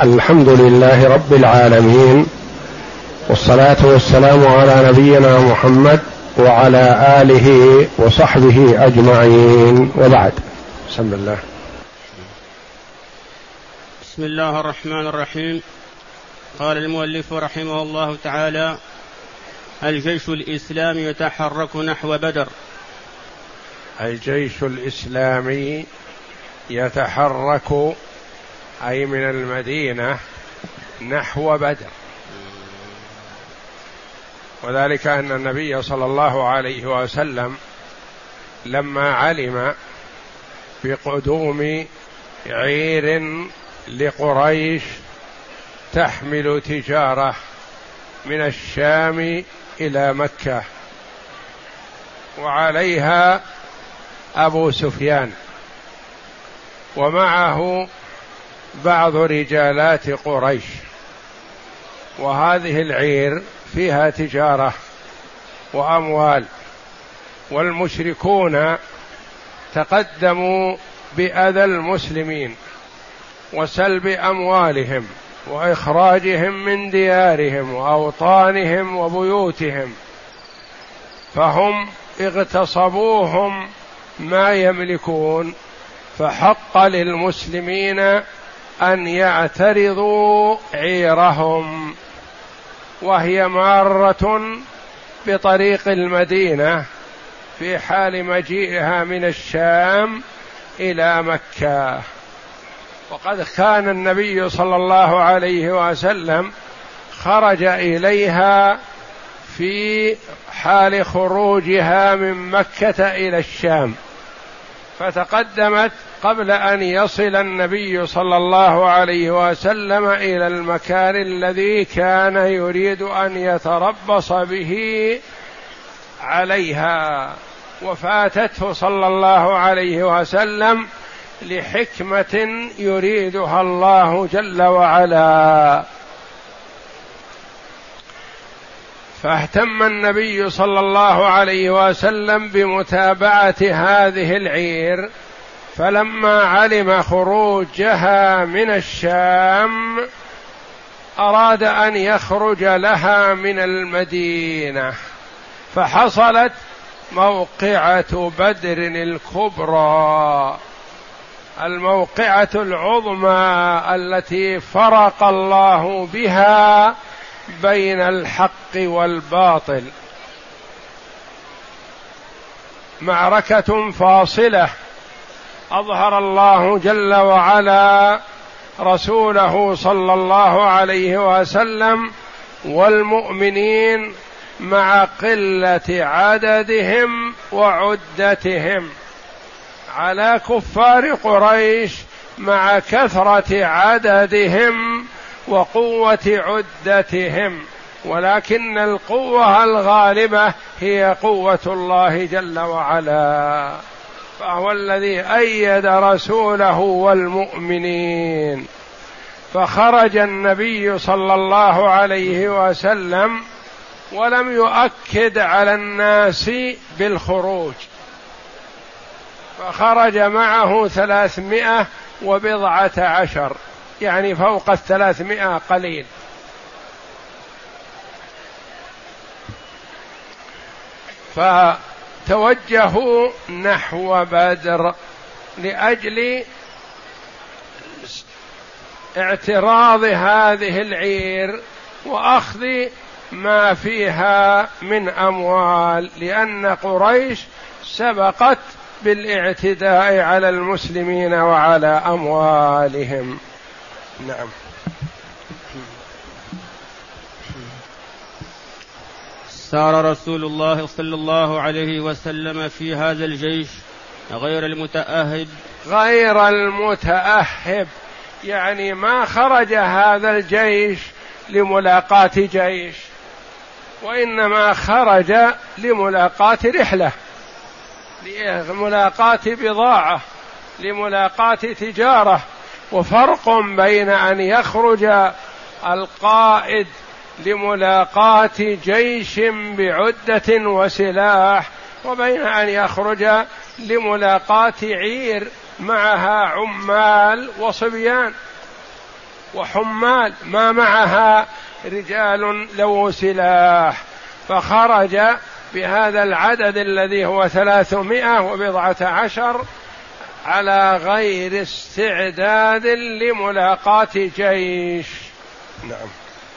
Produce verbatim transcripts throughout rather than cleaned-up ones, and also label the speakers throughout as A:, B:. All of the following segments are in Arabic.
A: الحمد لله رب العالمين، والصلاة والسلام على نبينا محمد وعلى آله وصحبه أجمعين، وبعد. بسم الله.
B: بسم الله الرحمن الرحيم. قال المؤلف رحمه الله تعالى: الجيش الإسلامي يتحرك نحو بدر.
A: الجيش الإسلامي يتحرك أي من المدينة نحو بدر، وذلك أن النبي صلى الله عليه وسلم لما علم بقدوم عير لقريش تحمل تجارة من الشام إلى مكة وعليها أبو سفيان ومعه بعض رجالات قريش، وهذه العير فيها تجارة وأموال، والمشركون تقدموا بأذى المسلمين وسلب أموالهم وإخراجهم من ديارهم وأوطانهم وبيوتهم، فهم اغتصبوهم ما يملكون، فحق للمسلمين أن يعترضوا عيرهم وهي مارة بطريق المدينة في حال مجيئها من الشام إلى مكة. وقد كان النبي صلى الله عليه وسلم خرج إليها في حال خروجها من مكة إلى الشام، فتقدمت قبل أن يصل النبي صلى الله عليه وسلم إلى المكان الذي كان يريد أن يتربص به عليها، وفاتته صلى الله عليه وسلم لحكمة يريدها الله جل وعلا. فاهتم النبي صلى الله عليه وسلم بمتابعة هذه العير، فلما علم خروجها من الشام أراد أن يخرج لها من المدينة، فحصلت موقعة بدر الكبرى، الموقعة العظمى التي فرق الله بها بين الحق والباطل، معركة فاصلة أظهر الله جل وعلا رسوله صلى الله عليه وسلم والمؤمنين مع قلة عددهم وعدتهم على كفار قريش مع كثرة عددهم وقوة عدتهم، ولكن القوة الغالبة هي قوة الله جل وعلا، فهو الذي أيد رسوله والمؤمنين. فخرج النبي صلى الله عليه وسلم ولم يؤكد على الناس بالخروج، فخرج معه ثلاثمائة وبضعة عشر، يعني فوق الثلاثمائة قليل. فتوجهوا نحو بدر لأجل اعتراض هذه العير وأخذ ما فيها من أموال، لأن قريش سبقت بالاعتداء على المسلمين وعلى أموالهم. نعم.
B: سار رسول الله صلى الله عليه وسلم في هذا الجيش غير المتأهب
A: غير المتأهب يعني ما خرج هذا الجيش لملاقاة جيش، وإنما خرج لملاقاة رحلة، لملاقاة بضاعة، لملاقاة تجارة. وفرق بين أن يخرج القائد لملاقاة جيش بعدة وسلاح وبين أن يخرج لملاقاة عير معها عمال وصبيان. وحمال ما معها رجال ذو سلاح، فخرج بهذا العدد الذي هو ثلاثمائة وبضعة عشر على غير استعداد لملاقاة جيش. نعم.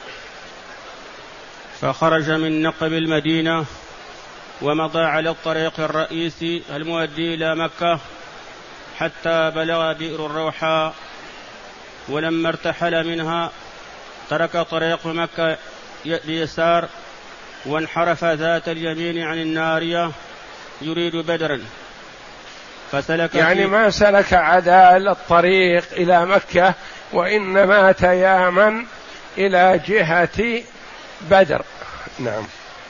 B: فخرج من نقب المدينة ومضى على الطريق الرئيسي المؤدي إلى مكة حتى بلغ بئر الروحاء، ولما ارتحل منها ترك طريق مكة بيسار وانحرف ذات اليمين عن النارية يريد بدرا، فسلك
A: يعني ما سلك عدال الطريق إلى مكة، وإنما تيامن إلى جهة بدر. نعم.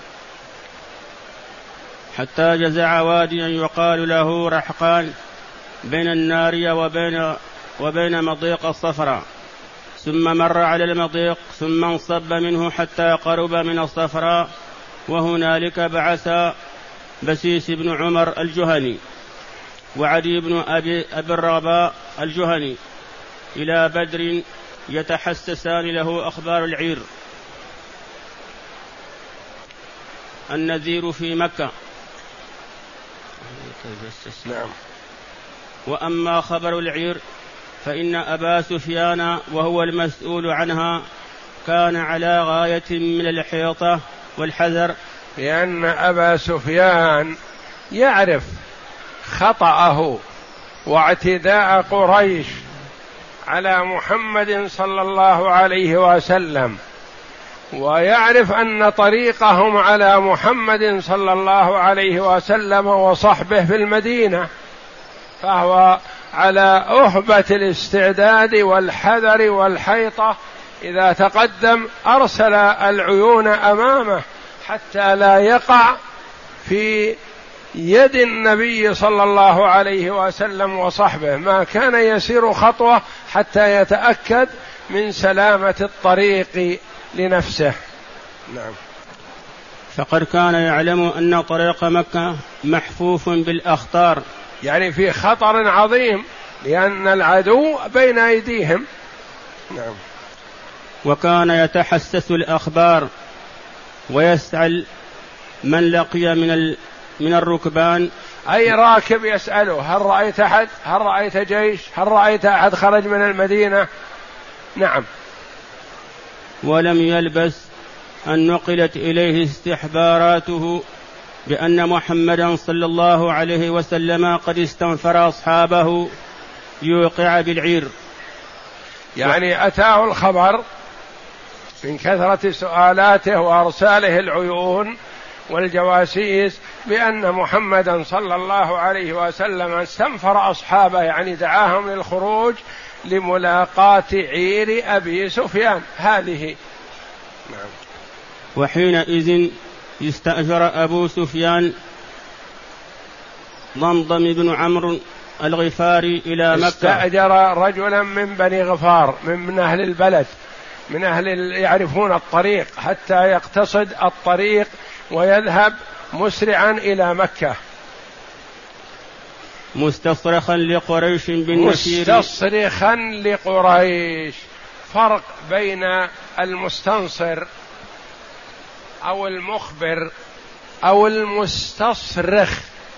B: حتى جزع واديا يقال له رحقان بين النارية وبين, وبين مضيق الصفراء، ثم مر على المضيق ثم انصب منه حتى قرب من الصفراء، وهنالك بعث بسيس بن عمر الجهني وعدي بن أبي, أبي الرغباء الجهني إلى بدر يتحسسان له أخبار العير. النذير في مكة.
A: نعم.
B: وأما خبر العير فإن أبا سفيان وهو المسؤول عنها كان على غاية من الحيطة والحذر،
A: لأن أبا سفيان يعرف خطأه واعتداء قريش على محمد صلى الله عليه وسلم، ويعرف أن طريقهم على محمد صلى الله عليه وسلم وصحبه في المدينة، فهو على أهبة الاستعداد والحذر والحيطة. إذا تقدم أرسل العيون أمامه حتى لا يقع في يد النبي صلى الله عليه وسلم وصحبه، ما كان يسير خطوة حتى يتأكد من سلامة الطريق لنفسه. نعم.
B: فقد كان يعلم أن طريق مكة محفوف بالأخطار،
A: يعني في خطر عظيم لأن العدو بين أيديهم. نعم.
B: وكان يتحسس الأخبار ويسأل من لقي من من الركبان،
A: أي راكب يسأله هل رأيت أحد، هل رأيت جيش، هل رأيت أحد خرج من المدينة. نعم.
B: ولم يلبس أن نقلت إليه استحباراته بأن محمدا صلى الله عليه وسلم قد استنفر أصحابه ليوقع بالعير،
A: يعني أتاه الخبر من كثرة سؤالاته وأرساله العيون والجواسيس بأن محمدا صلى الله عليه وسلم استنفر أصحابه، يعني دعاهم للخروج لملاقاة عير أبي سفيان هذه. نعم.
B: وحينئذ استأجر أبو سفيان ضمضم بن عمرو الغفاري إلى مكة،
A: استأجر رجلا من بني غفار من أهل البلد، من أهل يعرفون الطريق حتى يقتصد الطريق ويذهب مسرعا إلى مكة.
B: مستصرخا لقريش بالنفير.
A: مستصرخا لقريش، فرق بين المستنصر أو المخبر أو المستصرخ،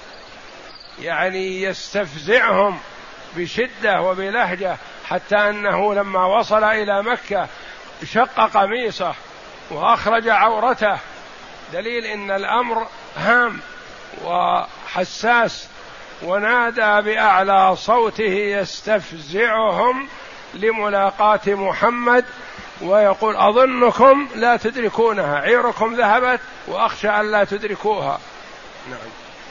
A: يعني يستفزعهم بشدة وبلهجة، حتى أنه لما وصل إلى مكة شق قميصه وأخرج عورته، دليل إن الأمر هام وحساس، ونادى بأعلى صوته يستفزعهم لملاقاة محمد ويقول أظنكم لا تدركونها، عيركم ذهبت وأخشى أن لا تدركوها. نعم.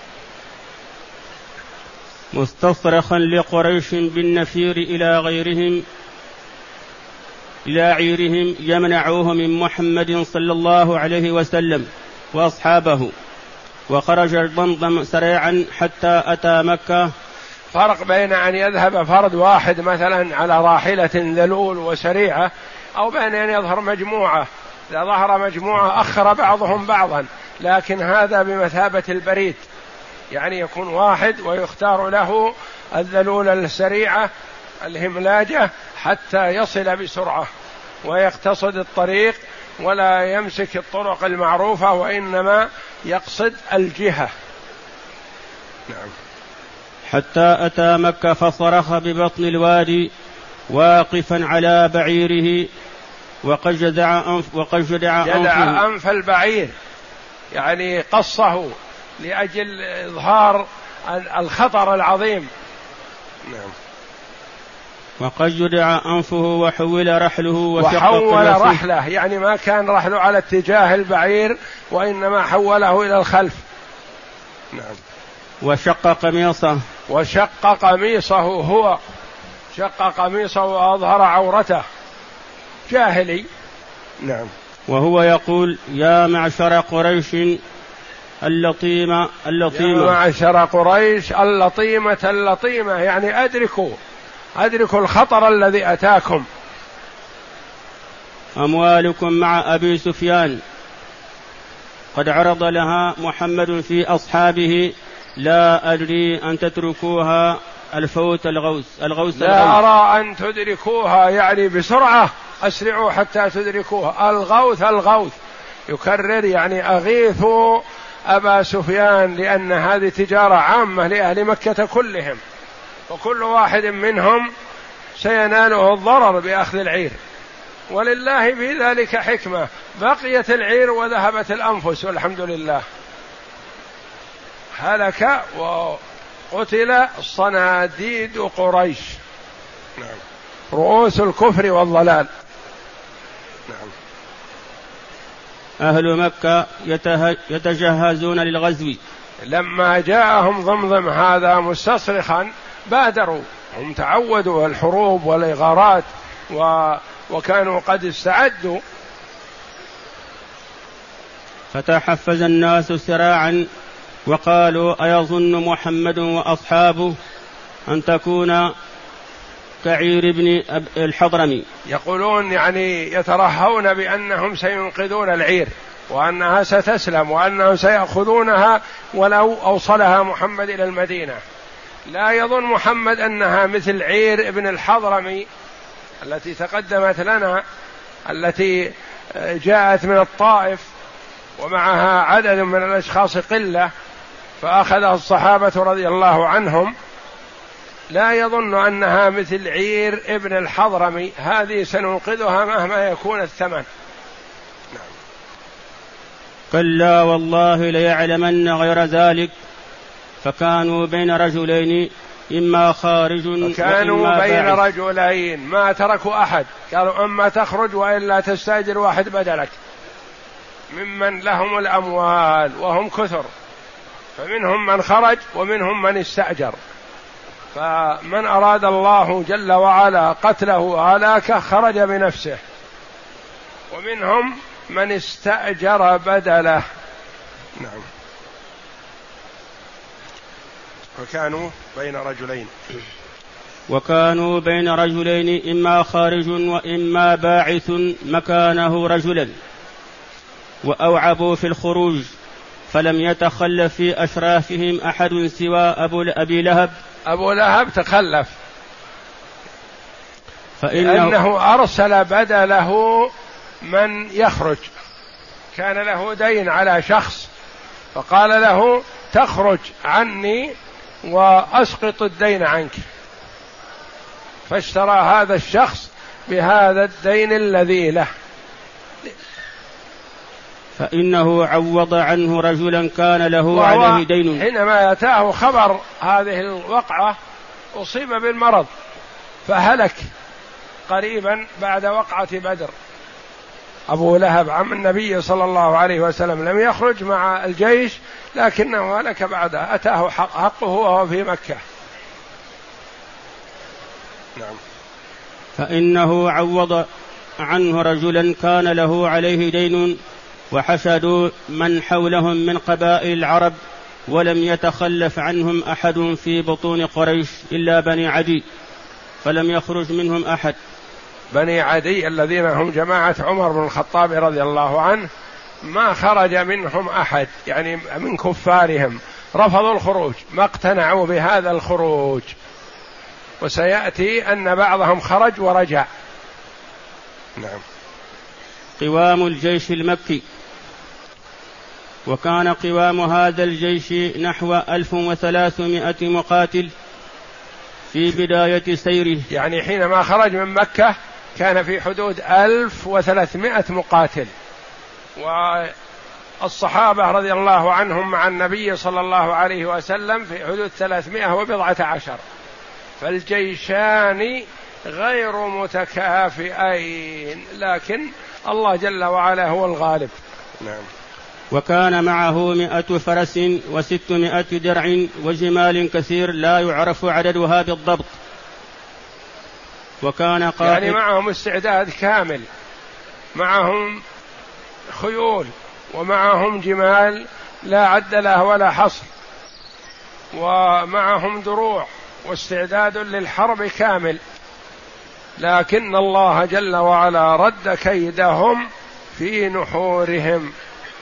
B: مستصرخا لقريش بالنفير إلى غيرهم إلى عيرهم يمنعوه من محمد صلى الله عليه وسلم وأصحابه، وخرج ضمضم سريعا حتى أتى مكة.
A: فرق بين أن يذهب فرد واحد مثلا على راحلة ذلول وسريعة، أو بين أن يظهر مجموعة. إذا ظهر مجموعة أخر بعضهم بعضا، لكن هذا بمثابة البريد، يعني يكون واحد ويختار له الذلول السريعة الهملاجة حتى يصل بسرعة ويقتصد الطريق ولا يمسك الطرق المعروفة، وإنما يقصد الجهة. نعم.
B: حتى أتى مكة فصرخ ببطن الوادي واقفا على بعيره وقد جدع أنف وقد جدع
A: جدع أنف البعير، يعني قصه لأجل إظهار الخطر العظيم. نعم.
B: وقد جدع أنفه وحول رحله
A: وحول رحله، يعني ما كان رحله على اتجاه البعير وإنما حوله إلى الخلف. نعم.
B: وشق قميصه
A: وشق قميصه هو شق قميصه وأظهر عورته، جاهلي. نعم.
B: وهو يقول: يا معشر قريش اللطيمة اللطيمة
A: يا معشر قريش اللطيمة اللطيمة، يعني أدركوا أدركوا الخطر الذي أتاكم.
B: أموالكم مع أبي سفيان قد عرض لها محمد في أصحابه، لا أدري أن تتركوها الفوت الغوث الغوث
A: لا
B: الغوث.
A: أرى أن تدركوها، يعني بسرعة أسرعوا حتى تدركوها. الغوث الغوث يكرر، يعني أغيثوا أبا سفيان، لأن هذه تجارة عامة لأهل مكة كلهم، وكل واحد منهم سيناله الضرر بأخذ العير، ولله في ذلك حكمة. بقيت العير وذهبت الأنفس والحمد لله. هلك وقتل صناديد قريش، نعم، رؤوس الكفر والضلال. نعم.
B: أهل مكة يتجهزون للغزو،
A: لما جاءهم ضمضم هذا مستصرخا بادروا، هم تعودوا الحروب والإغارات و... وكانوا قد استعدوا.
B: فتحفز الناس سراعا وقالوا: أيظن محمد وأصحابه أن تكون كعير بن الحضرمي؟
A: يقولون يعني يترهون بأنهم سينقذون العير وأنها ستسلم وأنهم سيأخذونها ولو أوصلها محمد إلى المدينة. لا يظن محمد أنها مثل عير ابن الحضرمي التي تقدمت لنا، التي جاءت من الطائف ومعها عدد من الأشخاص قلة فأخذها الصحابة رضي الله عنهم. لا يظن أنها مثل عير ابن الحضرمي، هذه سننقذها مهما يكون الثمن.
B: نعم. كلا والله ليعلمن غير ذلك. فكانوا بين رجلين إما خارج
A: كانوا
B: وإما
A: بين
B: باعث.
A: رجلين ما تركوا أحد، قالوا أما تخرج وإلا تستأجر واحد بدلك ممن لهم الأموال وهم كثر، فمنهم من خرج ومنهم من استأجر. فمن أراد الله جل وعلا قتله هلاكه خرج بنفسه، ومنهم من استأجر بدله. نعم. وكانوا بين رجلين
B: وكانوا بين رجلين إما خارج وإما باعث مكانه رجلا، وأوعبوا في الخروج، فلم يتخلف في أشرافهم أحد سوى أبو أبي لهب.
A: أبو لهب تخلف
B: فإنه
A: لأنه أرسل بدله من يخرج، كان له دين على شخص فقال له: تخرج عني وأسقط الدين عنك، فاشترى هذا الشخص بهذا الدين الذي له.
B: فإنه عوض عنه رجلا كان له عليه دين.
A: حينما أتاه خبر هذه الوقعة أصيب بالمرض فهلك قريبا بعد وقعة بدر. أبو لهب عم النبي صلى الله عليه وسلم لم يخرج مع الجيش، لكنه هلك بعده، أتاه حقه وهو في مكة. نعم.
B: فإنه عوض عنه رجلا كان له عليه دين، وحشدوا من حولهم من قبائل العرب، ولم يتخلف عنهم أحد في بطون قريش إلا بني عدي، فلم يخرج منهم أحد.
A: بني عدي الذين هم جماعة عمر بن الخطاب رضي الله عنه ما خرج منهم أحد، يعني من كفارهم رفضوا الخروج، ما اقتنعوا بهذا الخروج. وسيأتي أن بعضهم خرج ورجع. نعم.
B: قوام الجيش المكي. وكان قوام هذا الجيش نحو ألف وثلاثمائة مقاتل في بداية سيره،
A: يعني حينما خرج من مكة كان في حدود ألف وثلاثمائة مقاتل، والصحابة رضي الله عنهم مع النبي صلى الله عليه وسلم في حدود ثلاثمائة وبضعة عشر، فالجيشان غير متكافئين، لكن الله جل وعلا هو الغالب. نعم.
B: وكان معه مئة فرس وستمائة درع وجمال كثير لا يعرف عددها بالضبط. وكان قائد
A: يعني معهم استعداد كامل، معهم خيول ومعهم جمال لا عد له ولا حصر، ومعهم دروع واستعداد للحرب كامل، لكن الله جل وعلا رد كيدهم في نحورهم.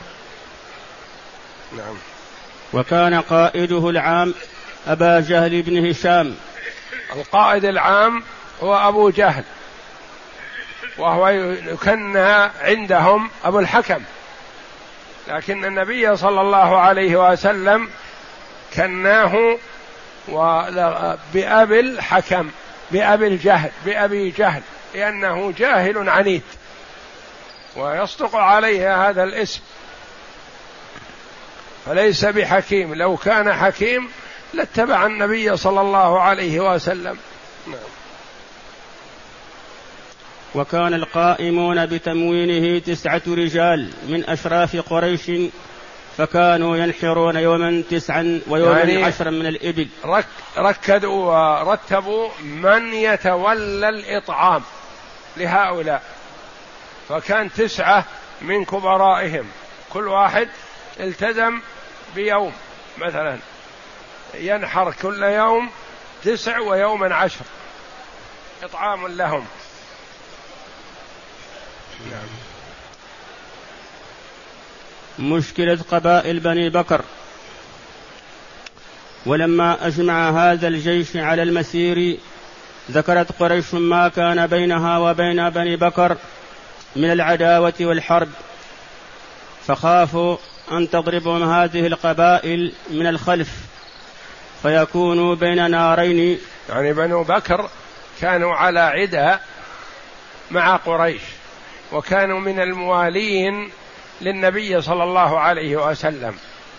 A: نعم.
B: وكان قائده العام أبا جهل بن هشام.
A: القائد العام هو أبو جهل، وهو يكنى عندهم أبو الحكم، لكن النبي صلى الله عليه وسلم كناه بأبي الحكم، بأبي الجهل، بأبي جهل، لأنه جاهل عنيد ويصدق عليه هذا الاسم، فليس بحكيم. لو كان حكيم لاتبع النبي صلى الله عليه وسلم. نعم.
B: وكان القائمون بتموينه تسعة رجال من أشراف قريش، فكانوا ينحرون يوما تسعا ويوما يعني عشرا من الإبل.
A: رك ركدوا ورتبوا من يتولى الإطعام لهؤلاء، فكان تسعة من كبرائهم، كل واحد التزم بيوم، مثلا ينحر كل يوم تسع ويوما عشر إطعام لهم.
B: نعم. مشكلة قبائل بني بكر. ولما أجمع هذا الجيش على المسير ذكرت قريش ما كان بينها وبين بني بكر من العداوة والحرب، فخافوا أن تضربهم هذه القبائل من الخلف فيكونوا بين نارين.
A: يعني بنو بكر كانوا على عدة مع قريش، وكانوا من الموالين للنبي صلى الله عليه وسلم،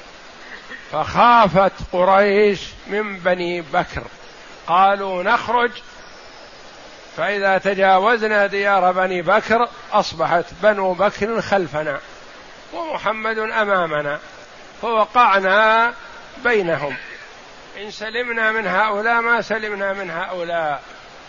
A: فخافت قريش من بني بكر، قالوا نخرج، فإذا تجاوزنا ديار بني بكر أصبحت بنو بكر خلفنا ومحمد أمامنا، فوقعنا بينهم، إن سلمنا من هؤلاء ما سلمنا من هؤلاء.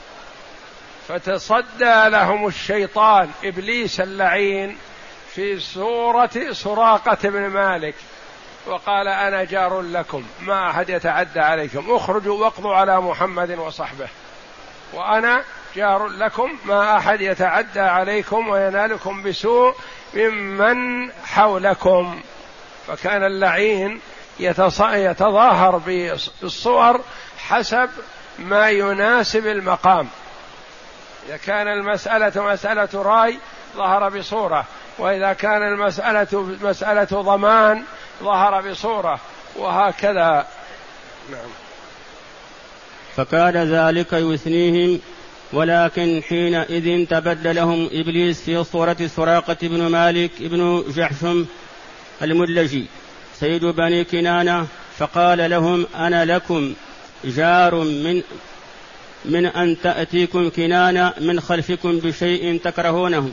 A: فتصدى لهم الشيطان إبليس اللعين في صورة سراقة بن مالك، وقال أنا جار لكم ما أحد يتعدى عليكم، اخرجوا واقضوا على محمد وصحبه، وأنا جار لكم ما أحد يتعدى عليكم وينالكم بسوء ممن حولكم. فكان اللعين يتظاهر بالصور حسب ما يناسب المقام، إذا كان المسألة مسألة راي ظهر بصورة، وإذا كان المسألة مسألة ضمان ظهر بصورة، وهكذا. نعم.
B: فكان ذلك يثنيهم، ولكن حينئذ تبدلهم إبليس في صورة سراقة بن مالك بن جحشم المدلجي سيد بني كنانة، فقال لهم أنا لكم جار من من أن تأتيكم كنانة من خلفكم بشيء تكرهونه.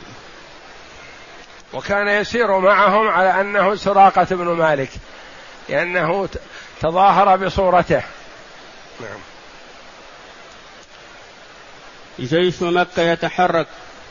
A: وكان يسير معهم على أنه سراقة بن مالك لأنه تظاهر بصورته. نعم.
B: جيش مكة يتحرك،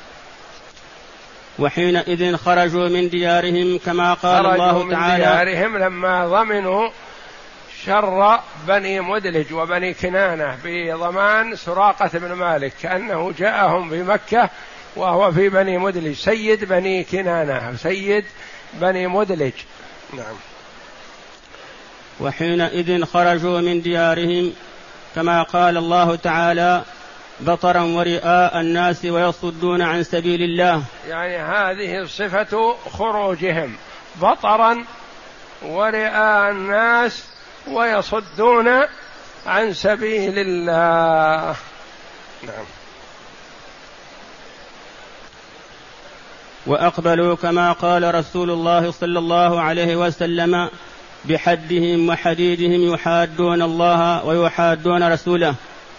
B: وحينئذ خرجوا من ديارهم كما قال الله تعالى:
A: من ديارهم لما ضمنوا شر بني مدلج وبني كنانة بضمان سراقة بن مالك، كأنه جاءهم في مكة وهو في بني مدلج سيد بني كنانة سيد بني مدلج. نعم.
B: وحينئذ خرجوا من ديارهم كما قال الله تعالى بطرا ورئاء الناس ويصدون عن سبيل الله.
A: يعني هذه صفة خروجهم، بطرا ورئاء الناس ويصدون عن سبيل الله. نعم.
B: وأقبلوا كما قال رسول الله صلى الله عليه وسلم بحدهم وحديدهم يحادون الله ويحادون رسوله،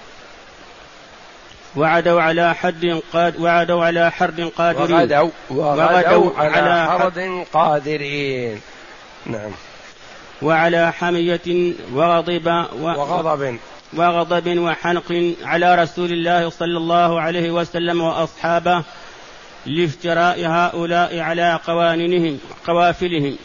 B: وعدوا على حد قاد وعدوا على حرد قادرين
A: وغدوا, وغدوا على حرد قادرين. نعم.
B: وعلى حمية وغضب
A: وغضب
B: وغضب وحنق على رسول الله صلى الله عليه وسلم وأصحابه لافتراء هؤلاء على قوانينهم قوافلهم.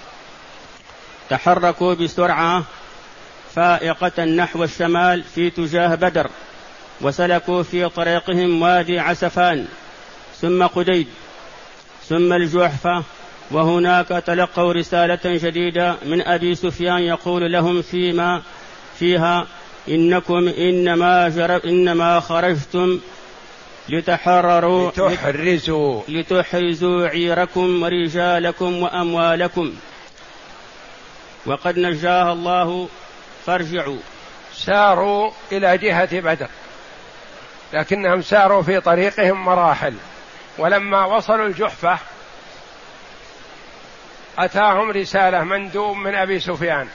B: تحركوا بسرعة فائقة نحو الشمال في تجاه بدر، وسلكوا في طريقهم وادي عسفان ثم قديد ثم الجحفة، وهناك تلقوا رسالة جديدة من أبي سفيان يقول لهم فيما فيها إنكم إنما, جرب إنما خرجتم لتحرروا
A: لتحرزوا,
B: لتحرزوا عيركم ورجالكم وأموالكم وقد نجاها الله فارجعوا.
A: ساروا إلى جهة بدر، لكنهم ساروا في طريقهم مراحل، ولما وصلوا الجحفة أتاهم رسالة مندوب من أبي سفيان،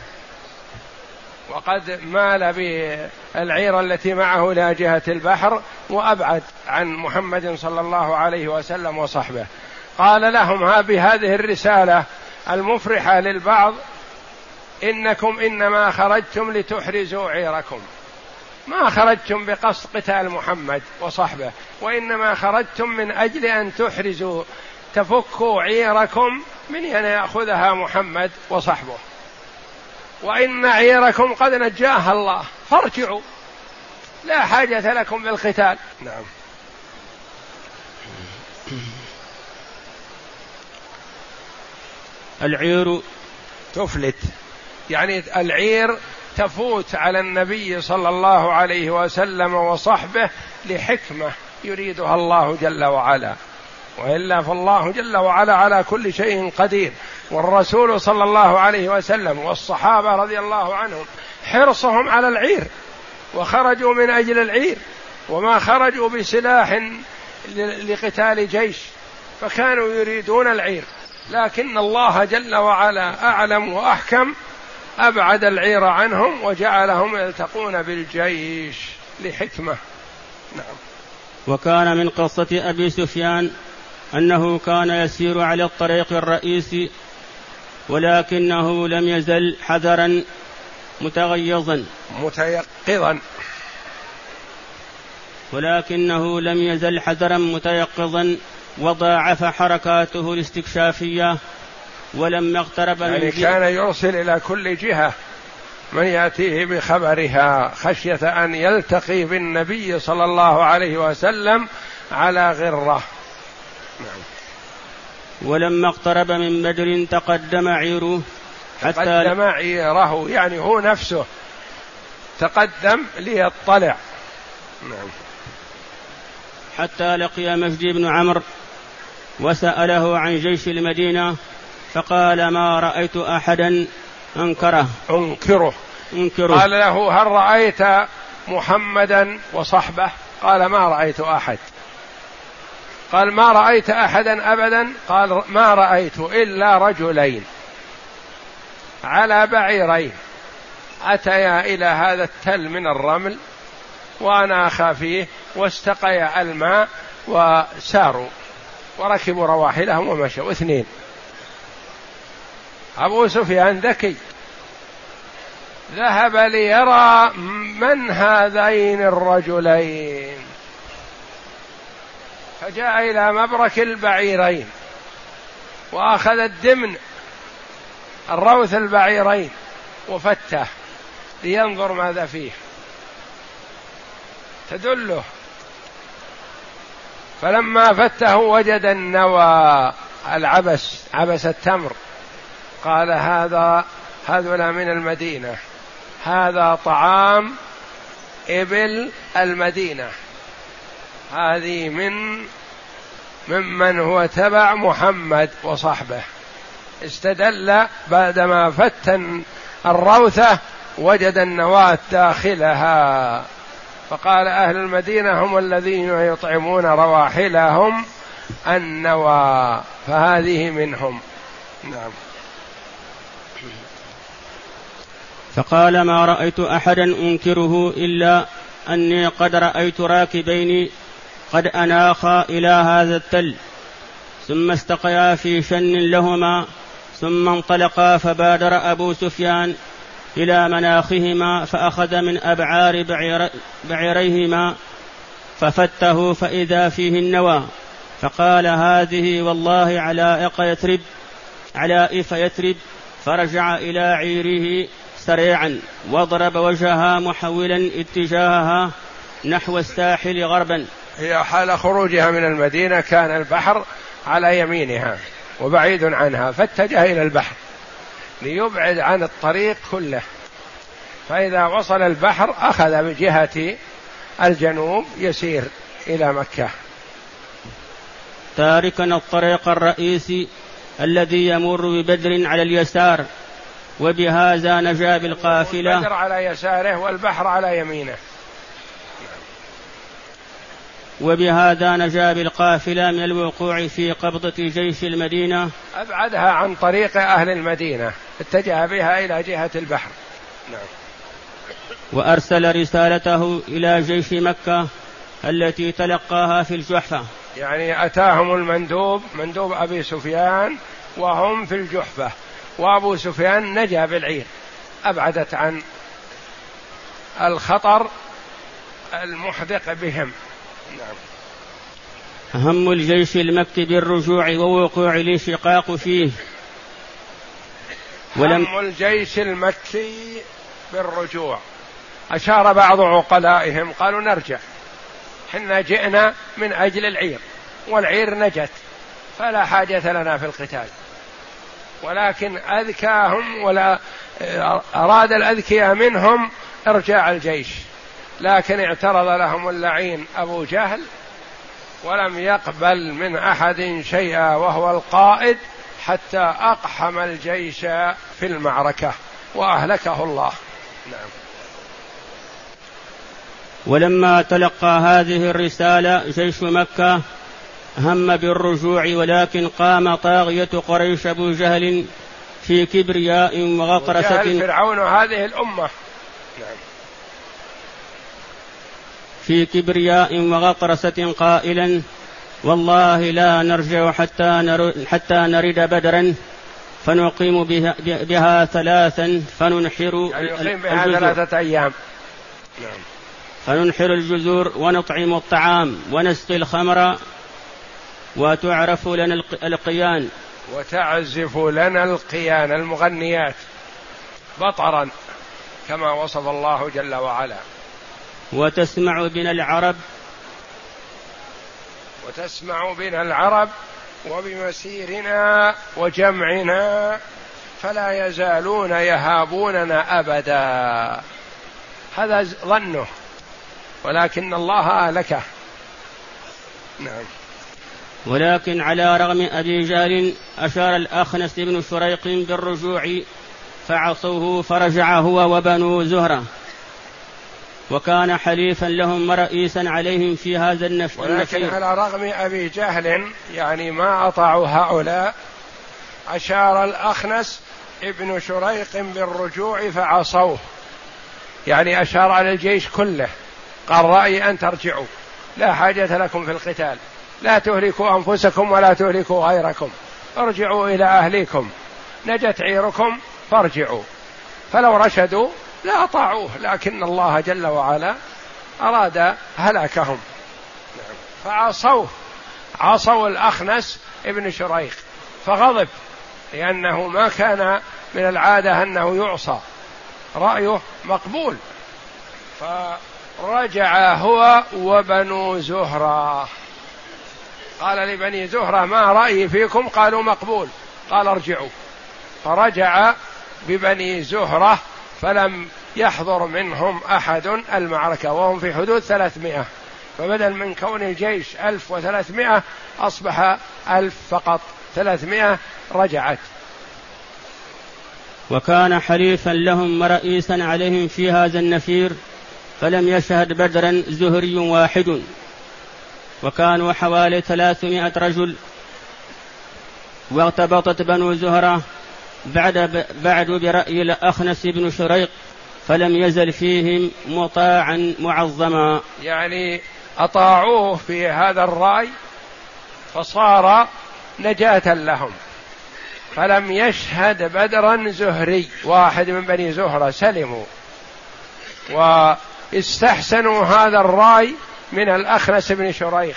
A: وقد مال بالعير التي معه إلى جهة البحر وأبعد عن محمد صلى الله عليه وسلم وصحبه. قال لهم بهذه الرسالة المفرحة للبعض إنكم إنما خرجتم لتحرزوا عيركم، ما خرجتم بقصد قتال محمد وصحبه، وإنما خرجتم من أجل أن تحرزوا تفكوا عيركم من أن يأخذها محمد وصحبه، وإن عيركم قد نجاها الله فارجعوا، لا حاجة لكم بالقتال. نعم.
B: العير
A: تفلت، يعني العير تفوت على النبي صلى الله عليه وسلم وصحبه لحكمة يريدها الله جل وعلا، وإلا فالله جل وعلا على كل شيء قدير. والرسول صلى الله عليه وسلم والصحابة رضي الله عنهم حرصهم على العير، وخرجوا من أجل العير، وما خرجوا بسلاح لقتال جيش، فكانوا يريدون العير، لكن الله جل وعلا أعلم وأحكم أبعد العير عنهم وجعلهم يلتقون بالجيش لحكمة. نعم.
B: وكان من قصة أبي سفيان أنه كان يسير على الطريق الرئيسي، ولكنه لم يزل حذرا متغيظا
A: متيقظا
B: ولكنه لم يزل حذرا متيقظا وضاعف حركاته الاستكشافية، ولما اقترب
A: يعني
B: من
A: كان يرسل إلى كل جهة من يأتيه بخبرها خشية أن يلتقي بالنبي صلى الله عليه وسلم على غرة. نعم.
B: ولما اقترب من بدر تقدم عيره حتى
A: تقدم عيره، يعني هو نفسه تقدم ليطلع. نعم.
B: حتى لقي مجدي بن عمرو وسأله عن جيش المدينة، فقال ما رأيت أحدا أنكره
A: أنكره
B: أنكره
A: قال له هل رأيت محمدا وصحبه؟ قال ما رأيت أحد. قال ما رأيت أحدا أبدا؟ قال ما رأيت إلا رجلين على بعيرين أتيا إلى هذا التل من الرمل وأناخا فيه واستقيا الماء وساروا وركبوا رواحلهم ومشوا اثنين. أبو سفيان ذكي ذهب ليرى من هذين الرجلين، فجاء إلى مبرك البعيرين وأخذ الدمن الروث البعيرين وفته لينظر ماذا فيه تدله، فلما فته وجد النوى العبس عبس التمر، قال هذا هذولا من المدينة، هذا طعام إبل المدينة. هذه من ممن هو تبع محمد وصحبه، استدل بعدما فتن الروثة وجد النواة داخلها، فقال أهل المدينة هم الذين يطعمون رواحلهم النوى، فهذه منهم. نعم.
B: فقال ما رأيت أحدا أنكره إلا أني قد رأيت راكبين قد أناخا إلى هذا التل، ثم استقيا في شن لهما، ثم انطلقا، فبادر أبو سفيان إلى مناخهما فأخذ من أبعار بعير بعيريهما ففته فإذا فيه النوى، فقال هذه والله علائق يثرب علائف يثرب، فرجع إلى عيره سريعا وضرب وجهها محولا اتجاهها نحو الساحل غربا.
A: هي حال خروجها من المدينة كان البحر على يمينها وبعيد عنها، فاتجه إلى البحر ليبعد عن الطريق كله، فإذا وصل البحر أخذ بجهة الجنوب يسير إلى مكة،
B: تاركا الطريق الرئيسي الذي يمر ببدر على اليسار، وبهذا نجا بالقافلة.
A: بدر على يساره والبحر على يمينه.
B: وبهذا نجا بالقافلة من الوقوع في قبضة جيش المدينة،
A: أبعدها عن طريق أهل المدينة، اتجه بها إلى جهة البحر. نعم.
B: وأرسل رسالته إلى جيش مكة التي تلقاها في الجحفة،
A: يعني أتاهم المندوب مندوب أبي سفيان وهم في الجحفة، وأبو سفيان نجا بالعير، أبعدت عن الخطر المحدق بهم. نعم.
B: هم الجيش المكي بالرجوع ووقوع الانشقاق فيه.
A: ولم هم الجيش المكي بالرجوع، أشار بعض عقلائهم قالوا نرجع، حنا جئنا من أجل العير والعير نجت فلا حاجة لنا في القتال، ولكن أذكاهم ولا أراد الأذكياء منهم إرجاع الجيش، لكن اعترض لهم اللعين أبو جهل ولم يقبل من أحد شيئا وهو القائد حتى أقحم الجيش في المعركة وأهلكه الله. نعم.
B: ولما تلقى هذه الرسالة جيش مكة هم بالرجوع، ولكن قام طاغية قريش أبو جهل في كبرياء وغطرسة
A: فرعون هذه الأمة. نعم.
B: في كبرياء وغطرسة قائلا والله لا نرجع حتى, حتى نرد بدرا فنقيم بها, بها ثلاثا فننحر
A: يعني بها ثلاثة أيام.
B: نعم. فننحر الجزور ونطعم الطعام ونسقي الخمر وتعرف لنا القيان
A: وتعزف لنا القيان المغنيات بطرا كما وصف الله جل وعلا،
B: وتسمع بنا العرب
A: وتسمع بنا العرب وبمسيرنا وجمعنا فلا يزالون يهابوننا أبدا. هذا ظنه ولكن الله أهلكه. نعم.
B: ولكن على رغم أبي جهل أشار الأخنس بن شريق بالرجوع فعصوه، فرجع هو وبنو زهرة، وكان حليفا لهم ورئيسا عليهم في هذا النفس.
A: ولكن على رغم أبي جهل يعني ما أطاعوا هؤلاء، أشار الأخنس ابن شريق بالرجوع فعصوه، يعني أشار على الجيش كله قال رأيي أن ترجعوا، لا حاجة لكم في القتال، لا تهلكوا أنفسكم ولا تهلكوا غيركم، ارجعوا إلى أهليكم، نجت عيركم فارجعوا. فلو رشدوا لا أطاعوه، لكن الله جل وعلا أراد هلاكهم فعصوه، عصوا الأخنس ابن شريق فغضب لأنه ما كان من العادة أنه يعصى، رأيه مقبول، فرجع هو وبنو زهرة، قال لبني زهرة ما رأيي فيكم؟ قالوا مقبول، قال ارجعوا، فرجع ببني زهرة فلم يحضر منهم أحد المعركة، وهم في حدود ثلاثمائة، فبدل من كون الجيش ألف وثلاثمائة أصبح ألف فقط، ثلاثمائة رجعت.
B: وكان حليفا لهم ورئيسا عليهم في هذا النفير، فلم يشهد بدرا زهري واحد، وكانوا حوالي ثلاثمائة رجل. وارتبطت بنو زهرة بعد, بعد برأي الأخنس بن شريق، فلم يزل فيهم مطاعا معظما،
A: يعني أطاعوه في هذا الرأي فصار نجاة لهم، فلم يشهد بدرا زهري واحد من بني زهرة، سلموا واستحسنوا هذا الرأي من الأخنس بن شريق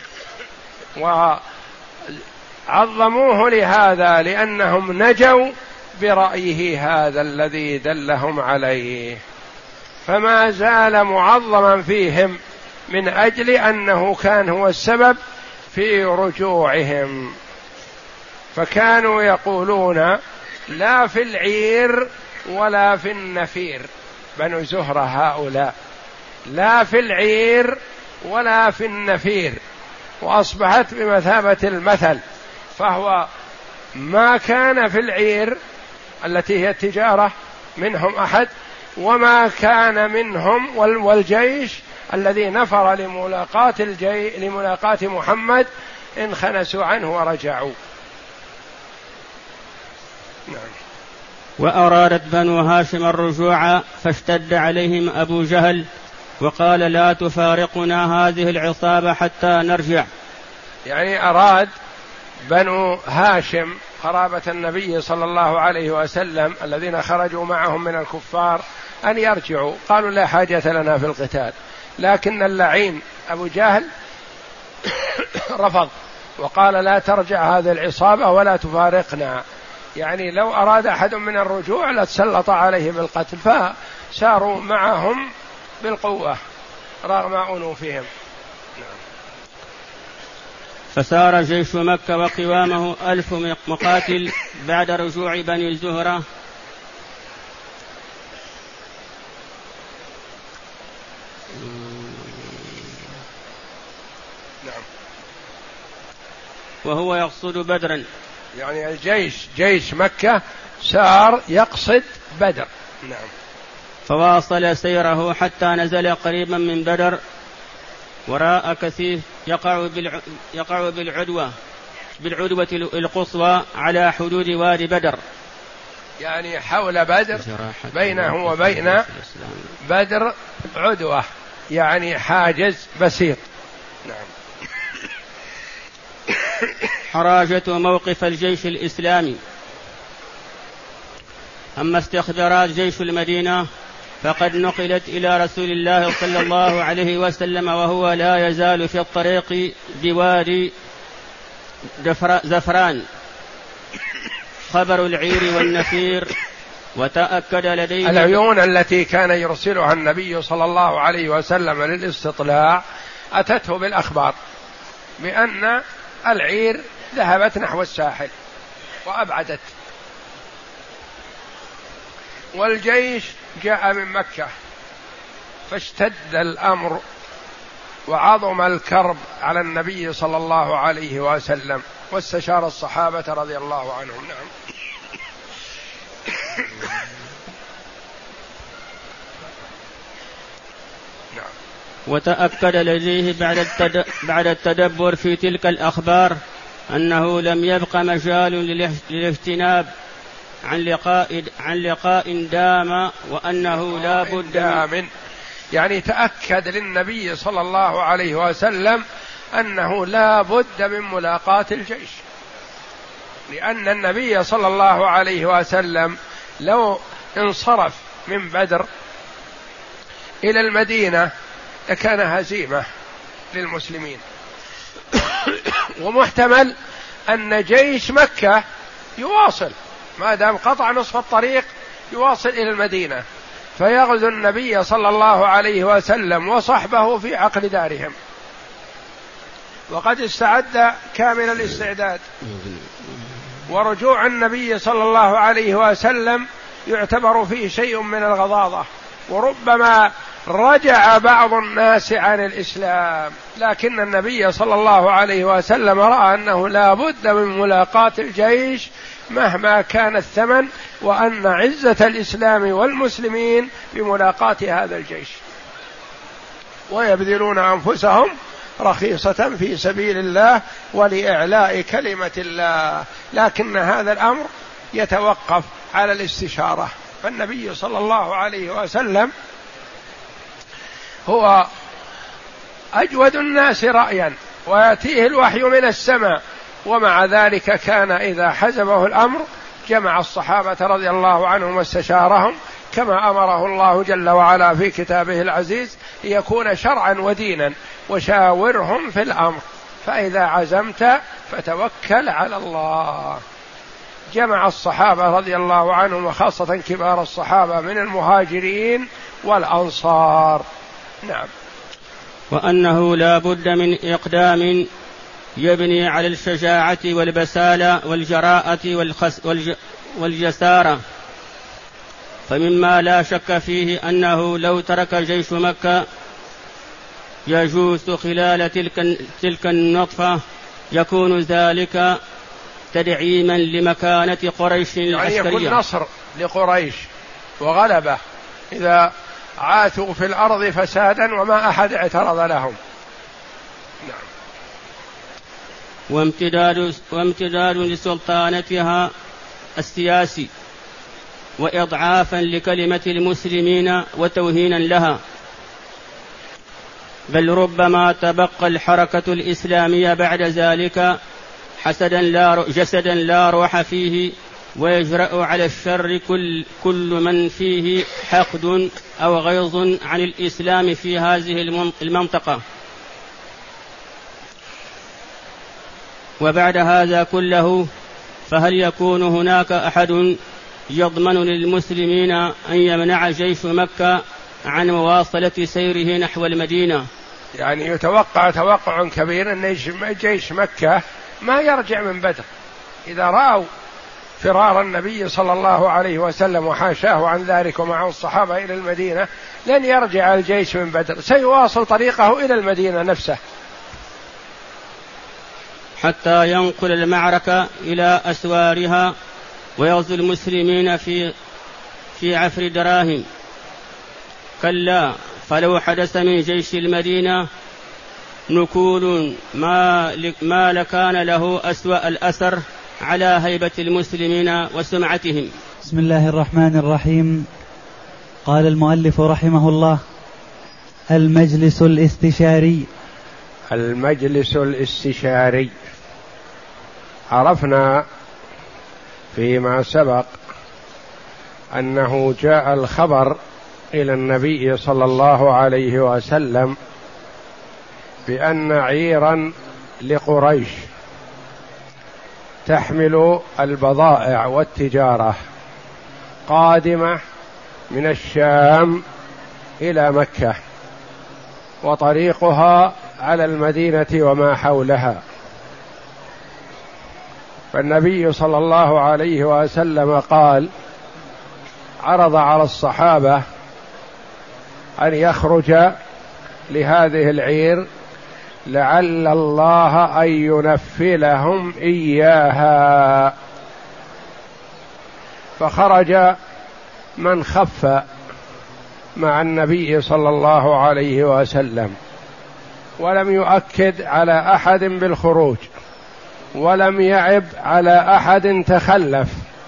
A: وعظموه لهذا، لأنهم نجوا برأيه هذا الذي دلهم عليه، فما زال معظما فيهم من أجل أنه كان هو السبب في رجوعهم. فكانوا يقولون لا في العير ولا في النفير، بنو زهرة هؤلاء لا في العير ولا في النفير، وأصبحت بمثابة المثل، فهو ما كان في العير التي هي التجارة منهم أحد، وما كان منهم والجيش الذي نفر لملاقاة الجي لملاقاة محمد انخنسوا عنه ورجعوا. نعم.
B: وأرادت بنو هاشم الرجوع، فاشتد عليهم أبو جهل وقال لا تفارقنا هذه العصابة حتى نرجع.
A: يعني أراد بنو هاشم قرابة النبي صلى الله عليه وسلم الذين خرجوا معهم من الكفار أن يرجعوا، قالوا لا حاجة لنا في القتال، لكن اللعين أبو جهل رفض وقال لا ترجع هذه العصابة ولا تفارقنا، يعني لو أراد أحد من الرجوع لتسلط عليه بالقتل، فساروا معهم بالقوة رغم أنوفهم.
B: فسار جيش مكة وقوامه ألف مقاتل بعد رجوع بني زهرة.
A: نعم.
B: وهو يقصد بدرا،
A: يعني الجيش جيش مكة سار يقصد بدر. نعم.
B: فواصل سيره حتى نزل قريبا من بدر، وراء كثيف يقع, بالع... يقع بالعدوة بالعدوة القصوى على حدود وادي بدر،
A: يعني حول بدر بينه وبين بدر عدوة، يعني حاجز بسيط. نعم.
B: حراجة موقف الجيش الإسلامي. أما استخبارات جيش المدينة فقد نقلت إلى رسول الله صلى الله عليه وسلم وهو لا يزال في الطريق بوادي زفران خبر العير والنفير، وتأكد لديه
A: العيون التي كان يرسلها النبي صلى الله عليه وسلم للاستطلاع أتته بالأخبار بأن العير ذهبت نحو الساحل وأبعدت، والجيش جاء من مكة، فاشتد الأمر وعظم الكرب على النبي صلى الله عليه وسلم، واستشار الصحابة رضي الله عنهم. نعم. نعم.
B: وتأكد لديه بعد بعد التدبر في تلك الأخبار أنه لم يبق مجال للاجتناب عن لقاء عن لقاء دام، وأنه لا بد
A: من، يعني تأكد للنبي صلى الله عليه وسلم أنه لا بد من ملاقاة الجيش، لأن النبي صلى الله عليه وسلم لو انصرف من بدر إلى المدينة لكان هزيمة للمسلمين، ومحتمل أن جيش مكة يواصل ما دام قطع نصف الطريق يواصل إلى المدينة، فيغزو النبي صلى الله عليه وسلم وصحبه في عقل دارهم، وقد استعد كامل الاستعداد، ورجوع النبي صلى الله عليه وسلم يعتبر فيه شيء من الغضاضة، وربما رجع بعض الناس عن الإسلام، لكن النبي صلى الله عليه وسلم رأى أنه لا بد من ملاقاة الجيش مهما كان الثمن، وأن عزة الإسلام والمسلمين بملاقاة هذا الجيش، ويبذلون أنفسهم رخيصة في سبيل الله ولإعلاء كلمة الله، لكن هذا الأمر يتوقف على الاستشارة. فالنبي صلى الله عليه وسلم هو أجود الناس رأيا ويأتيه الوحي من السماء، ومع ذلك كان إذا حزبه الأمر جمع الصحابة رضي الله عنهم واستشارهم كما أمره الله جل وعلا في كتابه العزيز ليكون شرعا ودينا، وشاورهم في الأمر، فإذا عزمت فتوكل على الله. جمع الصحابة رضي الله عنهم وخاصة كبار الصحابة من المهاجرين والأنصار. نعم.
B: وأنه لا بد من إقدام يبني على الشجاعة والبسالة والجراءة والخس والج والجسارة، فمما لا شك فيه أنه لو ترك جيش مكة يجوز خلال تلك, تلك النطفة يكون ذلك تدعيما لمكانة قريش العسكرية،
A: يعني يكون نصر لقريش وغلبة إذا عاثوا في الأرض فسادا وما أحد اعترض لهم. نعم.
B: وامتداد, وامتداد لسلطانتها السياسي وإضعافا لكلمة المسلمين وتوهينا لها، بل ربما تبقى الحركة الإسلامية بعد ذلك حسدا لا جسدا لا روح فيه، ويجرأ على الشر كل, كل من فيه حقد أو غيظ عن الإسلام في هذه المنطقة. وبعد هذا كله فهل يكون هناك أحد يضمن للمسلمين أن يمنع جيش مكة عن مواصلة سيره نحو المدينة؟
A: يعني يتوقع توقع كبير أن جيش مكة ما يرجع من بدر، إذا رأوا فرار النبي صلى الله عليه وسلم وحاشاه عن ذلك ومعه الصحابة إلى المدينة لن يرجع الجيش من بدر، سيواصل طريقه إلى المدينة نفسه
B: حتى ينقل المعركة إلى أسوارها ويغزو المسلمين في في عفر دراهم. كلا، فلو حدث من جيش المدينة نكول ما ما لكان له أسوأ الأثر على هيبة المسلمين وسمعتهم.
C: بسم الله الرحمن الرحيم. قال المؤلف رحمه الله: المجلس الاستشاري.
A: المجلس الاستشاري عرفنا فيما سبق أنه جاء الخبر إلى النبي صلى الله عليه وسلم بأن عيرا لقريش تحمل البضائع والتجارة قادمة من الشام إلى مكة، وطريقها على المدينة وما حولها. فالنبي صلى الله عليه وسلم قال عرض على الصحابة أن يخرج لهذه العير لعل الله أن ينفلهم إياها، فخرج من خف مع النبي صلى الله عليه وسلم ولم يؤكد على أحد بالخروج ولم يعب على أحد تخلف،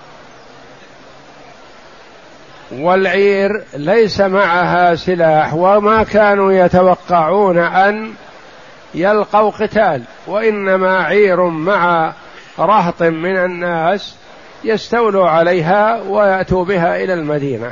A: والعير ليس معها سلاح وما كانوا يتوقعون أن يلقوا قتال، وإنما عير مع رهط من الناس يستولوا عليها ويأتوا بها إلى المدينة.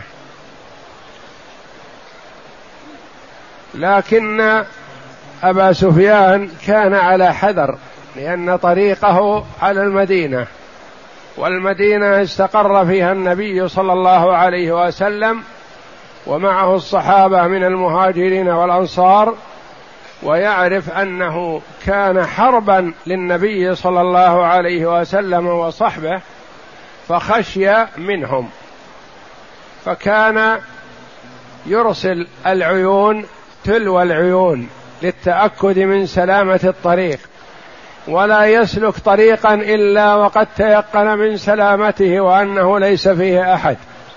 A: لكن أبا سفيان كان على حذر، لأن طريقه على المدينة، والمدينة استقر فيها النبي صلى الله عليه وسلم ومعه الصحابة من المهاجرين والأنصار، ويعرف أنه كان حربا للنبي صلى الله عليه وسلم وصحبه، فخشي منهم، فكان يرسل العيون تلو العيون للتأكد من سلامة الطريق، ولا يسلك طريقا إلا وقد تيقن من سلامته وأنه ليس فيه أحد.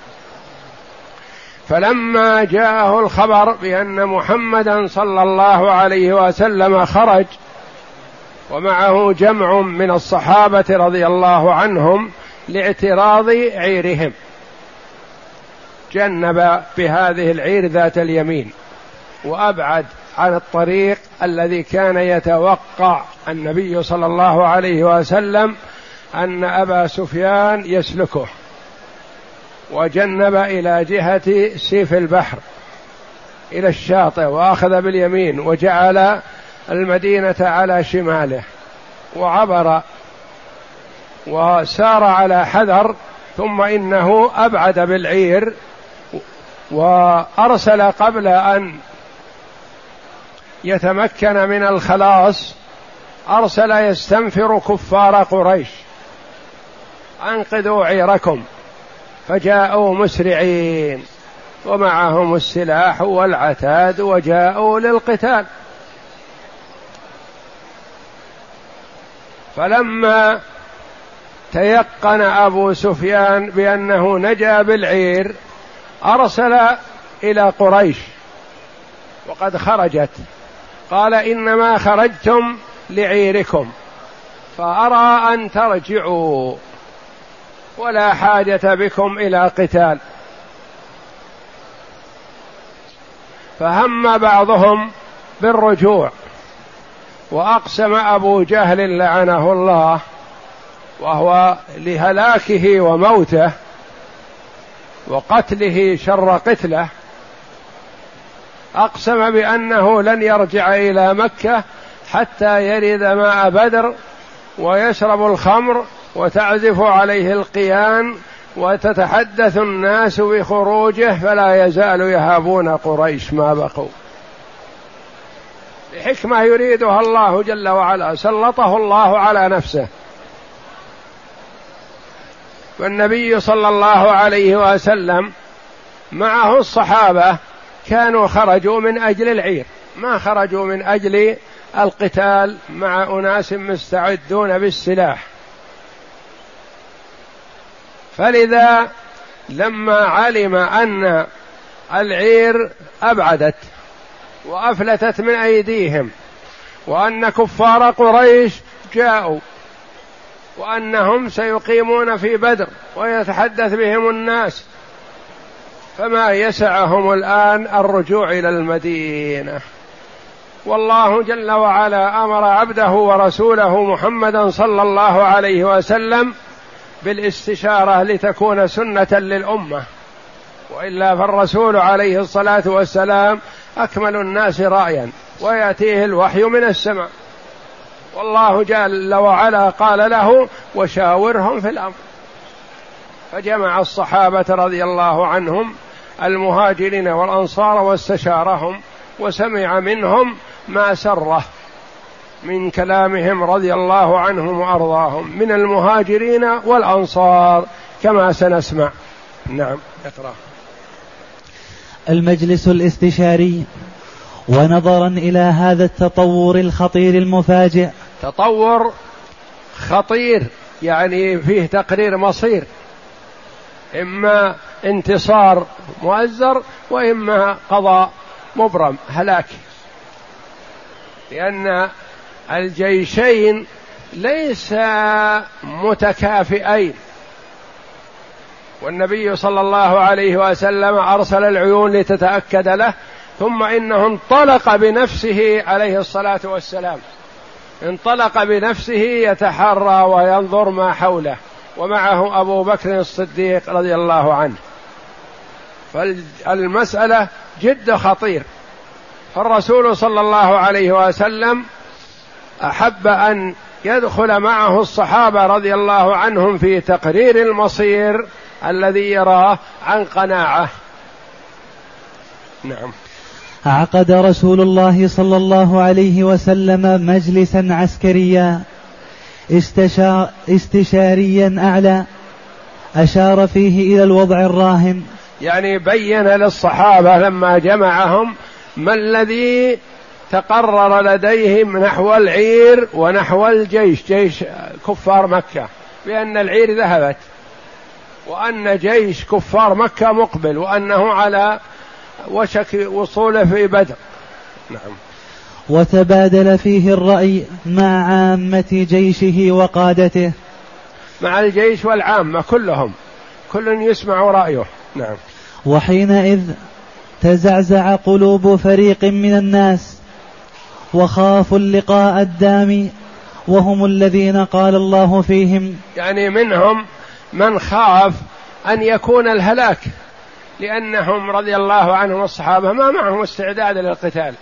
A: فلما جاءه الخبر بأن محمدا صلى الله عليه وسلم خرج ومعه جمع من الصحابة رضي الله عنهم لاعتراض عيرهم، جنب بهذه العير ذات اليمين وأبعد عن الطريق الذي كان يتوقع النبي صلى الله عليه وسلم أن أبا سفيان يسلكه، وجنب إلى جهة سيف البحر إلى الشاطئ وأخذ باليمين وجعل المدينة على شماله وعبر وسار على حذر، ثم إنه أبعد بالعير وأرسل قبل أن يتمكن من الخلاص، أرسل يستنفر كفار قريش: أنقذوا عيركم، فجاءوا مسرعين ومعهم السلاح والعتاد وجاءوا للقتال. فلما تيقن أبو سفيان بأنه نجا بالعير أرسل إلى قريش وقد خرجت، قال: إنما خرجتم لعيركم، فأرى أن ترجعوا ولا حاجة بكم إلى قتال. فهم بعضهم بالرجوع، وأقسم أبو جهل لعنه الله، وهو لهلاكه وموته وقتله شر قتله، أقسم بأنه لن يرجع إلى مكة حتى يرد ماء بدر ويشرب الخمر وتعزف عليه القيان وتتحدث الناس بخروجه، فلا يزال يهابون قريش ما بقوا. بحكمة يريدها الله جل وعلا سلطه الله على نفسه. والنبي صلى الله عليه وسلم معه الصحابة كانوا خرجوا من أجل العير، ما خرجوا من أجل القتال مع أناس مستعدون بالسلاح. فلذا لما علم أن العير أبعدت وأفلتت من أيديهم، وأن كفار قريش جاءوا، وأنهم سيقيمون في بدر ويتحدث بهم الناس، فما يسعهم الآن الرجوع إلى المدينة. والله جل وعلا أمر عبده ورسوله محمدا صلى الله عليه وسلم بالاستشارة لتكون سنة للأمة، وإلا فالرسول عليه الصلاة والسلام أكمل الناس رأيا ويأتيه الوحي من السماء، والله جل وعلا قال له: وشاورهم في الأمر. فجمع الصحابة رضي الله عنهم المهاجرين والأنصار واستشارهم، وسمع منهم ما سره من كلامهم رضي الله عنهم وأرضاهم من المهاجرين والأنصار كما سنسمع. نعم، اقرأ.
C: المجلس الاستشاري. ونظرا إلى هذا التطور الخطير المفاجئ،
A: تطور خطير يعني فيه تقرير مصير، إما انتصار مؤزر وإما قضاء مبرم هلاك، لأن الجيشين ليس متكافئين، والنبي صلى الله عليه وسلم أرسل العيون لتتأكد له، ثم إنه انطلق بنفسه عليه الصلاة والسلام، انطلق بنفسه يتحرى وينظر ما حوله، ومعه أبو بكر الصديق رضي الله عنه. فالمسألة جد خطير. فالرسول صلى الله عليه وسلم أحب أن يدخل معه الصحابة رضي الله عنهم في تقرير المصير الذي يراه عن قناعة. نعم.
C: عقد رسول الله صلى الله عليه وسلم مجلسا عسكريا استشار استشاريا أعلى، أشار فيه إلى الوضع الراهن
A: يعني بين للصحابة لما جمعهم ما الذي تقرر لديهم نحو العير ونحو الجيش، جيش كفار مكة، بأن العير ذهبت وأن جيش كفار مكة مقبل وأنه على وشك وصوله في بدر. نعم.
C: وتبادل فيه الرأي مع عامة جيشه وقادته،
A: مع الجيش والعامة كلهم، كل يسمع رأيه. نعم.
C: وحينئذ تزعزع قلوب فريق من الناس وخافوا اللقاء الدامي، وهم الذين قال الله فيهم،
A: يعني منهم من خاف أن يكون الهلاك، لأنهم رضي الله عنهم الصحابة ما معهم استعداد للقتال،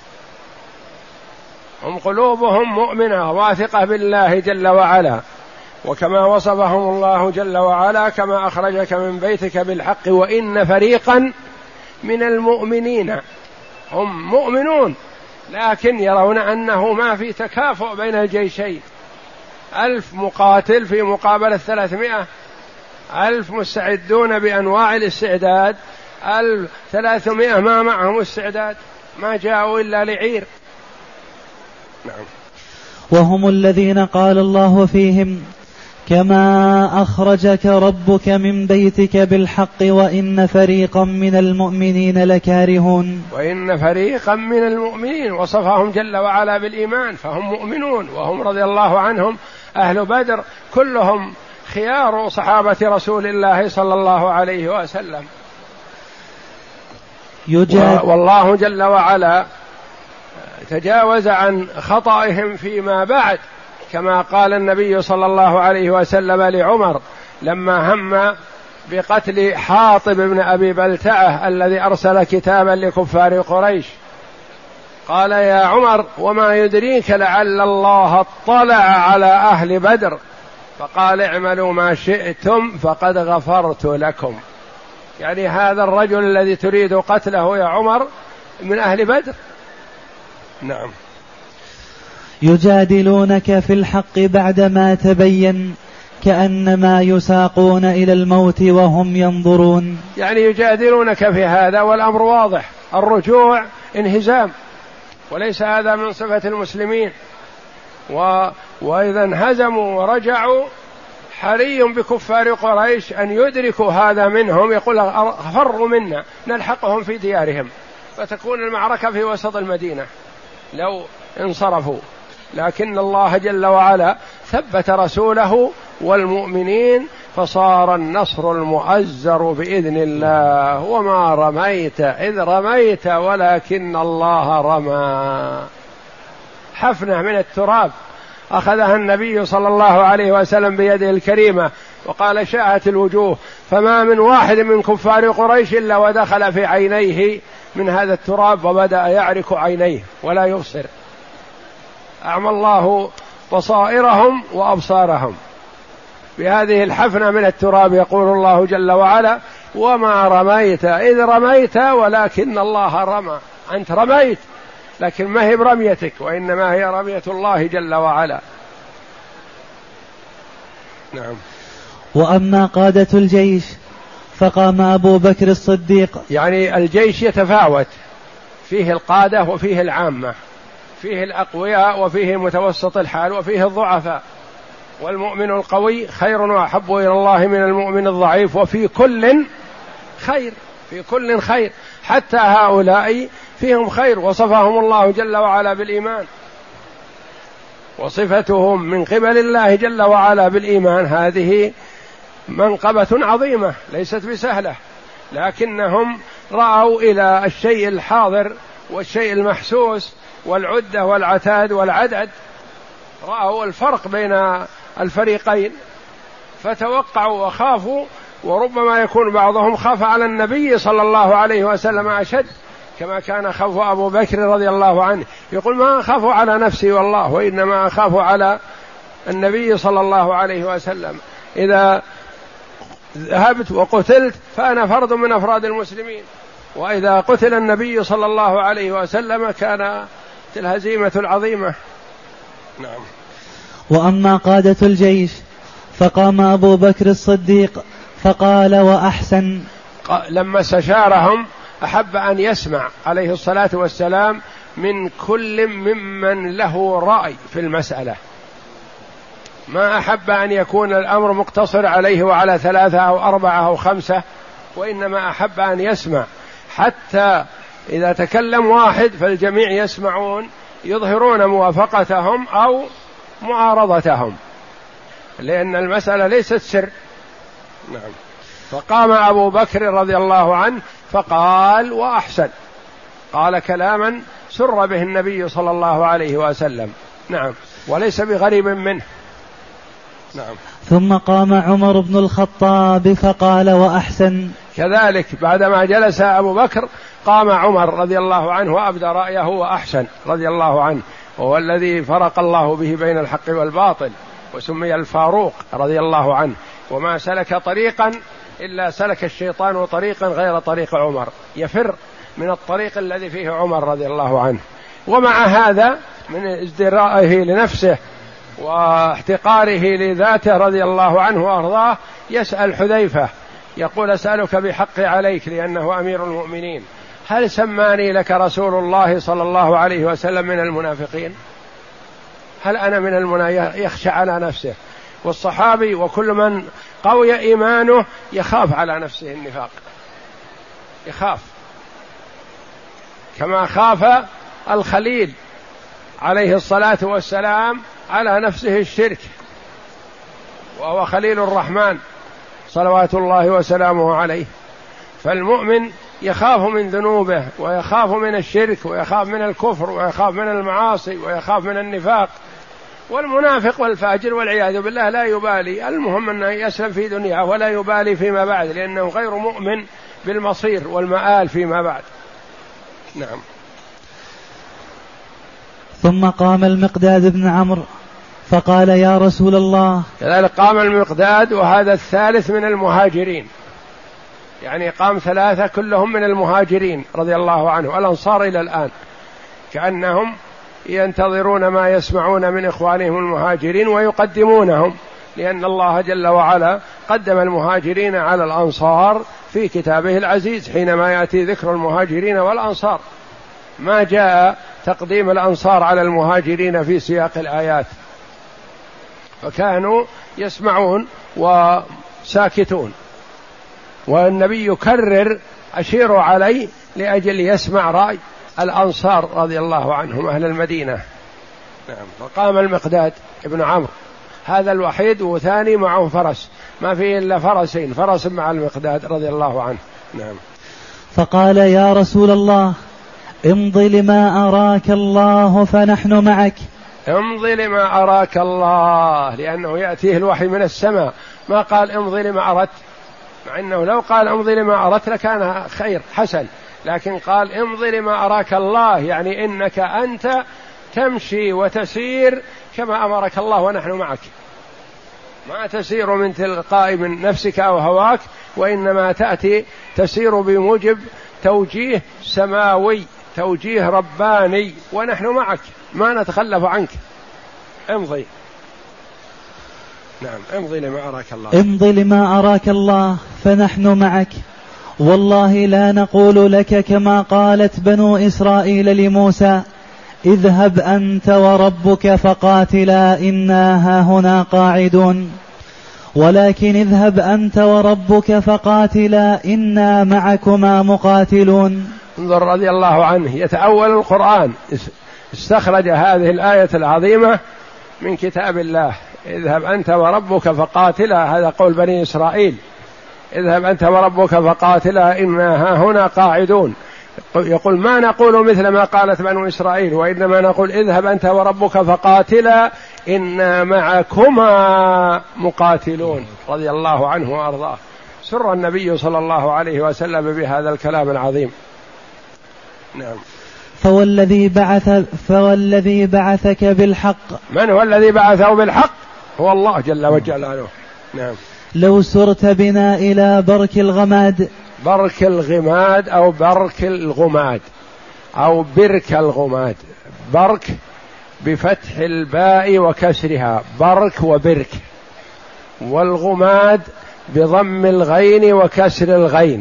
A: هم قلوبهم مؤمنة واثقة بالله جل وعلا، وكما وصفهم الله جل وعلا كما أخرجك من بيتك بالحق وإن فريقا من المؤمنين، هم مؤمنون لكن يرون أنه ما في تكافؤ بين الجيشين، ألف مقاتل في مقابلة ثلاثمائة، ألف مستعدون بأنواع الاستعداد، ألف ثلاثمائة ما معهم استعداد، ما جاءوا إلا لعير. نعم.
C: وهم الذين قال الله فيهم كما أخرجك ربك من بيتك بالحق وإن فريقا من المؤمنين لكارهون.
A: وإن فريقا من المؤمنين وصفهم جل وعلا بالإيمان، فهم مؤمنون، وهم رضي الله عنهم أهل بدر كلهم خيار صحابة رسول الله صلى الله عليه وسلم. يجاد والله جل وعلا تجاوز عن خطئهم فيما بعد، كما قال النبي صلى الله عليه وسلم لعمر لما هم بقتل حاطب بن أبي بلتعة الذي أرسل كتابا لكفار قريش، قال يا عمر وما يدريك لعل الله اطلع على أهل بدر، فقال اعملوا ما شئتم فقد غفرت لكم. يعني هذا الرجل الذي تريد قتله يا عمر من أهل بدر. نعم.
C: يجادلونك في الحق بعدما تبين كأنما يساقون إلى الموت وهم ينظرون.
A: يعني يجادلونك في هذا والأمر واضح، الرجوع انهزام، وليس هذا من صفة المسلمين، و... وإذا انهزموا ورجعوا حري بكفار قريش أن يدركوا هذا منهم، يقول فروا منا نلحقهم في ديارهم، فتكون المعركة في وسط المدينة لو انصرفوا. لكن الله جل وعلا ثبت رسوله والمؤمنين، فصار النصر المؤزر بإذن الله. وما رميت إذ رميت ولكن الله رمى. حفنة من التراب أخذها النبي صلى الله عليه وسلم بيده الكريمة وقال شاءت الوجوه، فما من واحد من كفار قريش إلا ودخل في عينيه من هذا التراب وبدأ يعرك عينيه ولا يبصر. أعمى الله بصائرهم وأبصارهم بهذه الحفنة من التراب. يقول الله جل وعلا وما رميت إذ رميت ولكن الله رمى. أنت رميت لكن ما هي برميتك، وإنما هي رمية الله جل وعلا. نعم.
C: وأما قادة الجيش فقام أبو بكر الصديق.
A: يعني الجيش يتفاوت، فيه القادة وفيه العامة، فيه الأقوياء وفيه متوسط الحال وفيه الضعفاء، والمؤمن القوي خير وأحب إلى الله من المؤمن الضعيف، وفي كل خير، في كل خير، حتى هؤلاء فيهم خير. وصفهم الله جل وعلا بالإيمان، وصفتهم من قبل الله جل وعلا بالإيمان هذه منقبة عظيمة ليست بسهلة، لكنهم رأوا إلى الشيء الحاضر والشيء المحسوس والعدة والعتاد والعدد، رأوا الفرق بين الفريقين فتوقعوا وخافوا. وربما يكون بعضهم خاف على النبي صلى الله عليه وسلم أشد، كما كان خوف أبو بكر رضي الله عنه، يقول ما أخاف على نفسي والله، وإنما أخاف على النبي صلى الله عليه وسلم. إذا ذهبت وقتلت فأنا فرد من أفراد المسلمين، وإذا قتل النبي صلى الله عليه وسلم كانت الهزيمة العظيمة. نعم.
C: وأما قادة الجيش فقام أبو بكر الصديق فقال وأحسن.
A: لما استشارهم أحب أن يسمع عليه الصلاة والسلام من كل ممن له رأي في المسألة، ما أحب أن يكون الأمر مقتصر عليه وعلى ثلاثة أو أربعة أو خمسة، وإنما أحب أن يسمع حتى إذا تكلم واحد فالجميع يسمعون يظهرون موافقتهم أو معارضتهم، لأن المسألة ليست سر. نعم. فقام أبو بكر رضي الله عنه فقال وأحسن، قال كلاما سر به النبي صلى الله عليه وسلم. نعم، وليس بغريب منه. نعم.
C: ثم قام عمر بن الخطاب فقال وأحسن.
A: كذلك بعدما جلس أبو بكر قام عمر رضي الله عنه وأبدى رأيه وأحسن رضي الله عنه، وهو الذي فرق الله به بين الحق والباطل، وسمي الفاروق رضي الله عنه. وما سلك طريقا إلا سلك الشيطان طريقا غير طريق عمر، يفر من الطريق الذي فيه عمر رضي الله عنه. ومع هذا من ازدرائه لنفسه واحتقاره لذاته رضي الله عنه وأرضاه يسأل حذيفة يقول أسألك بحقي عليك لأنه أمير المؤمنين، هل سماني لك رسول الله صلى الله عليه وسلم من المنافقين؟ هل أنا من المنافقين؟ يخشى على نفسه، والصحابي وكل من قوي إيمانه يخاف على نفسه النفاق، يخاف كما خاف الخليل عليه الصلاة والسلام على نفسه الشرك، وهو خليل الرحمن صلوات الله وسلامه عليه. فالمؤمن يخاف من ذنوبه ويخاف من الشرك ويخاف من الكفر ويخاف من المعاصي ويخاف من النفاق. والمنافق والفاجر والعياذ بالله لا يبالي، المهم أنه يسلم في دنياه ولا يبالي فيما بعد، لأنه غير مؤمن بالمصير والمآل فيما بعد. نعم.
C: ثم قام المقداد بن عمرو فقال يا رسول الله.
A: كذلك قام المقداد، وهذا الثالث من المهاجرين، يعني قام ثلاثة كلهم من المهاجرين رضي الله عنه، الأنصار إلى الآن كأنهم ينتظرون ما يسمعون من إخوانهم المهاجرين ويقدمونهم، لأن الله جل وعلا قدم المهاجرين على الأنصار في كتابه العزيز حينما يأتي ذكر المهاجرين والأنصار، ما جاء تقديم الأنصار على المهاجرين في سياق الآيات، فكانوا يسمعون وساكتون، والنبي يكرر أشيروا عليه لأجل يسمع رأي الأنصار رضي الله عنهم أهل المدينة. نعم. فقام المقداد ابن عمرو، هذا الوحيد، وثاني معه فرس، ما فيه إلا فرسين، فرس مع المقداد رضي الله عنه. نعم.
C: فقال يا رسول الله امضي لما أراك الله فنحن معك.
A: امضي لما أراك الله، لأنه يأتيه الوحي من السماء، ما قال امضي لما أردت، مع أنه لو قال امضي لما أردت لكان خير حسن، لكن قال امضي لما أراك الله، يعني إنك أنت تمشي وتسير كما أمرك الله ونحن معك، ما تسير من تلقاء من نفسك أو هواك، وإنما تأتي تسير بموجب توجيه سماوي، توجيه رباني، ونحن معك ما نتخلف عنك، امضي. نعم. امضي لما أراك الله.
C: امضي لما أراك الله فنحن معك، والله لا نقول لك كما قالت بنو إسرائيل لموسى اذهب أنت وربك فقاتلا إنا هاهنا قاعدون، ولكن اذهب أنت وربك فقاتلا إنا معكما مقاتلون.
A: انظر رضي الله عنه يتأول القرآن، استخرج هذه الآية العظيمة من كتاب الله، اذهب أنت وربك فقاتلا، هذا قول بني إسرائيل، اذهب أنت وربك فقاتلا إنا هاهنا قاعدون، يقول ما نقول مثل ما قالت بنو إسرائيل، وإنما نقول اذهب أنت وربك فقاتلا إنا معكما مقاتلون، رضي الله عنه وأرضاه. سر النبي صلى الله عليه وسلم بهذا الكلام العظيم. نعم.
C: فوالذي بعث فوالذي بعثك بالحق.
A: من هو الذي بعثه بالحق؟ هو الله جل وجلاله. نعم.
C: لو سرت بنا إلى برك الغماد.
A: برك الغماد أو برك الغماد أو برك الغماد، برك بفتح الباء وكسرها، برك وبرك، والغماد بضم الغين وكسر الغين،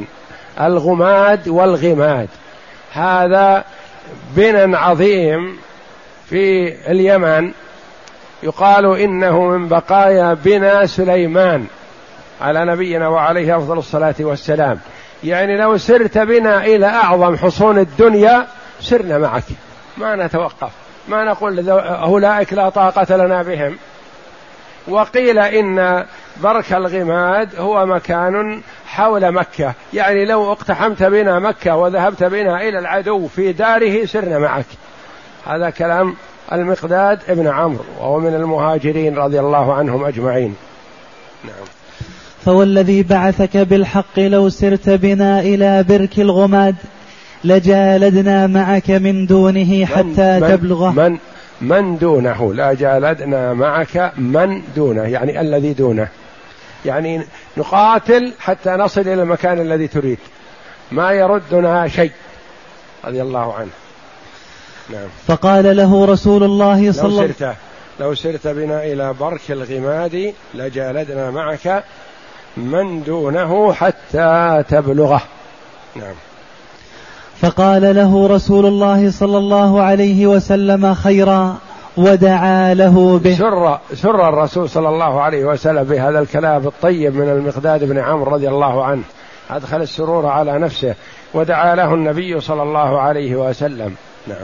A: الغماد والغماد. هذا بنى عظيم في اليمن يقال إنه من بقايا بنى سليمان على نبينا وعليه أفضل الصلاة والسلام. يعني لو سرت بنا إلى أعظم حصون الدنيا سرنا معك، ما نتوقف، ما نقول أولئك لا طاقة لنا بهم. وقيل إن برك الغماد هو مكان حول مكة، يعني لو اقتحمت بنا مكة وذهبت بنا إلى العدو في داره سرنا معك. هذا كلام المقداد ابن عمرو وهو من المهاجرين رضي الله عنهم أجمعين. نعم.
C: فوالذي بعثك بالحق لو سرت بنا إلى برك الغماد لجالدنا معك من دونه حتى
A: من
C: تبلغه.
A: من من دونه، لا جالدنا معك من دونه، يعني الذي دونه، يعني نقاتل حتى نصل إلى المكان الذي تريد، ما يردنا شيء رضي الله عنه. نعم.
C: فقال له رسول الله صلى الله عليه
A: وسلم لو سرت بنا إلى برك الغماد لجالدنا معك من دونه حتى تبلغه. نعم.
C: فقال له رسول الله صلى الله عليه وسلم خيرا ودعا له به.
A: سر, سر الرسول صلى الله عليه وسلم بهذا الكلام الطيب من المقداد بن عمرو رضي الله عنه، أدخل السرور على نفسه ودعا له النبي صلى الله عليه وسلم. نعم.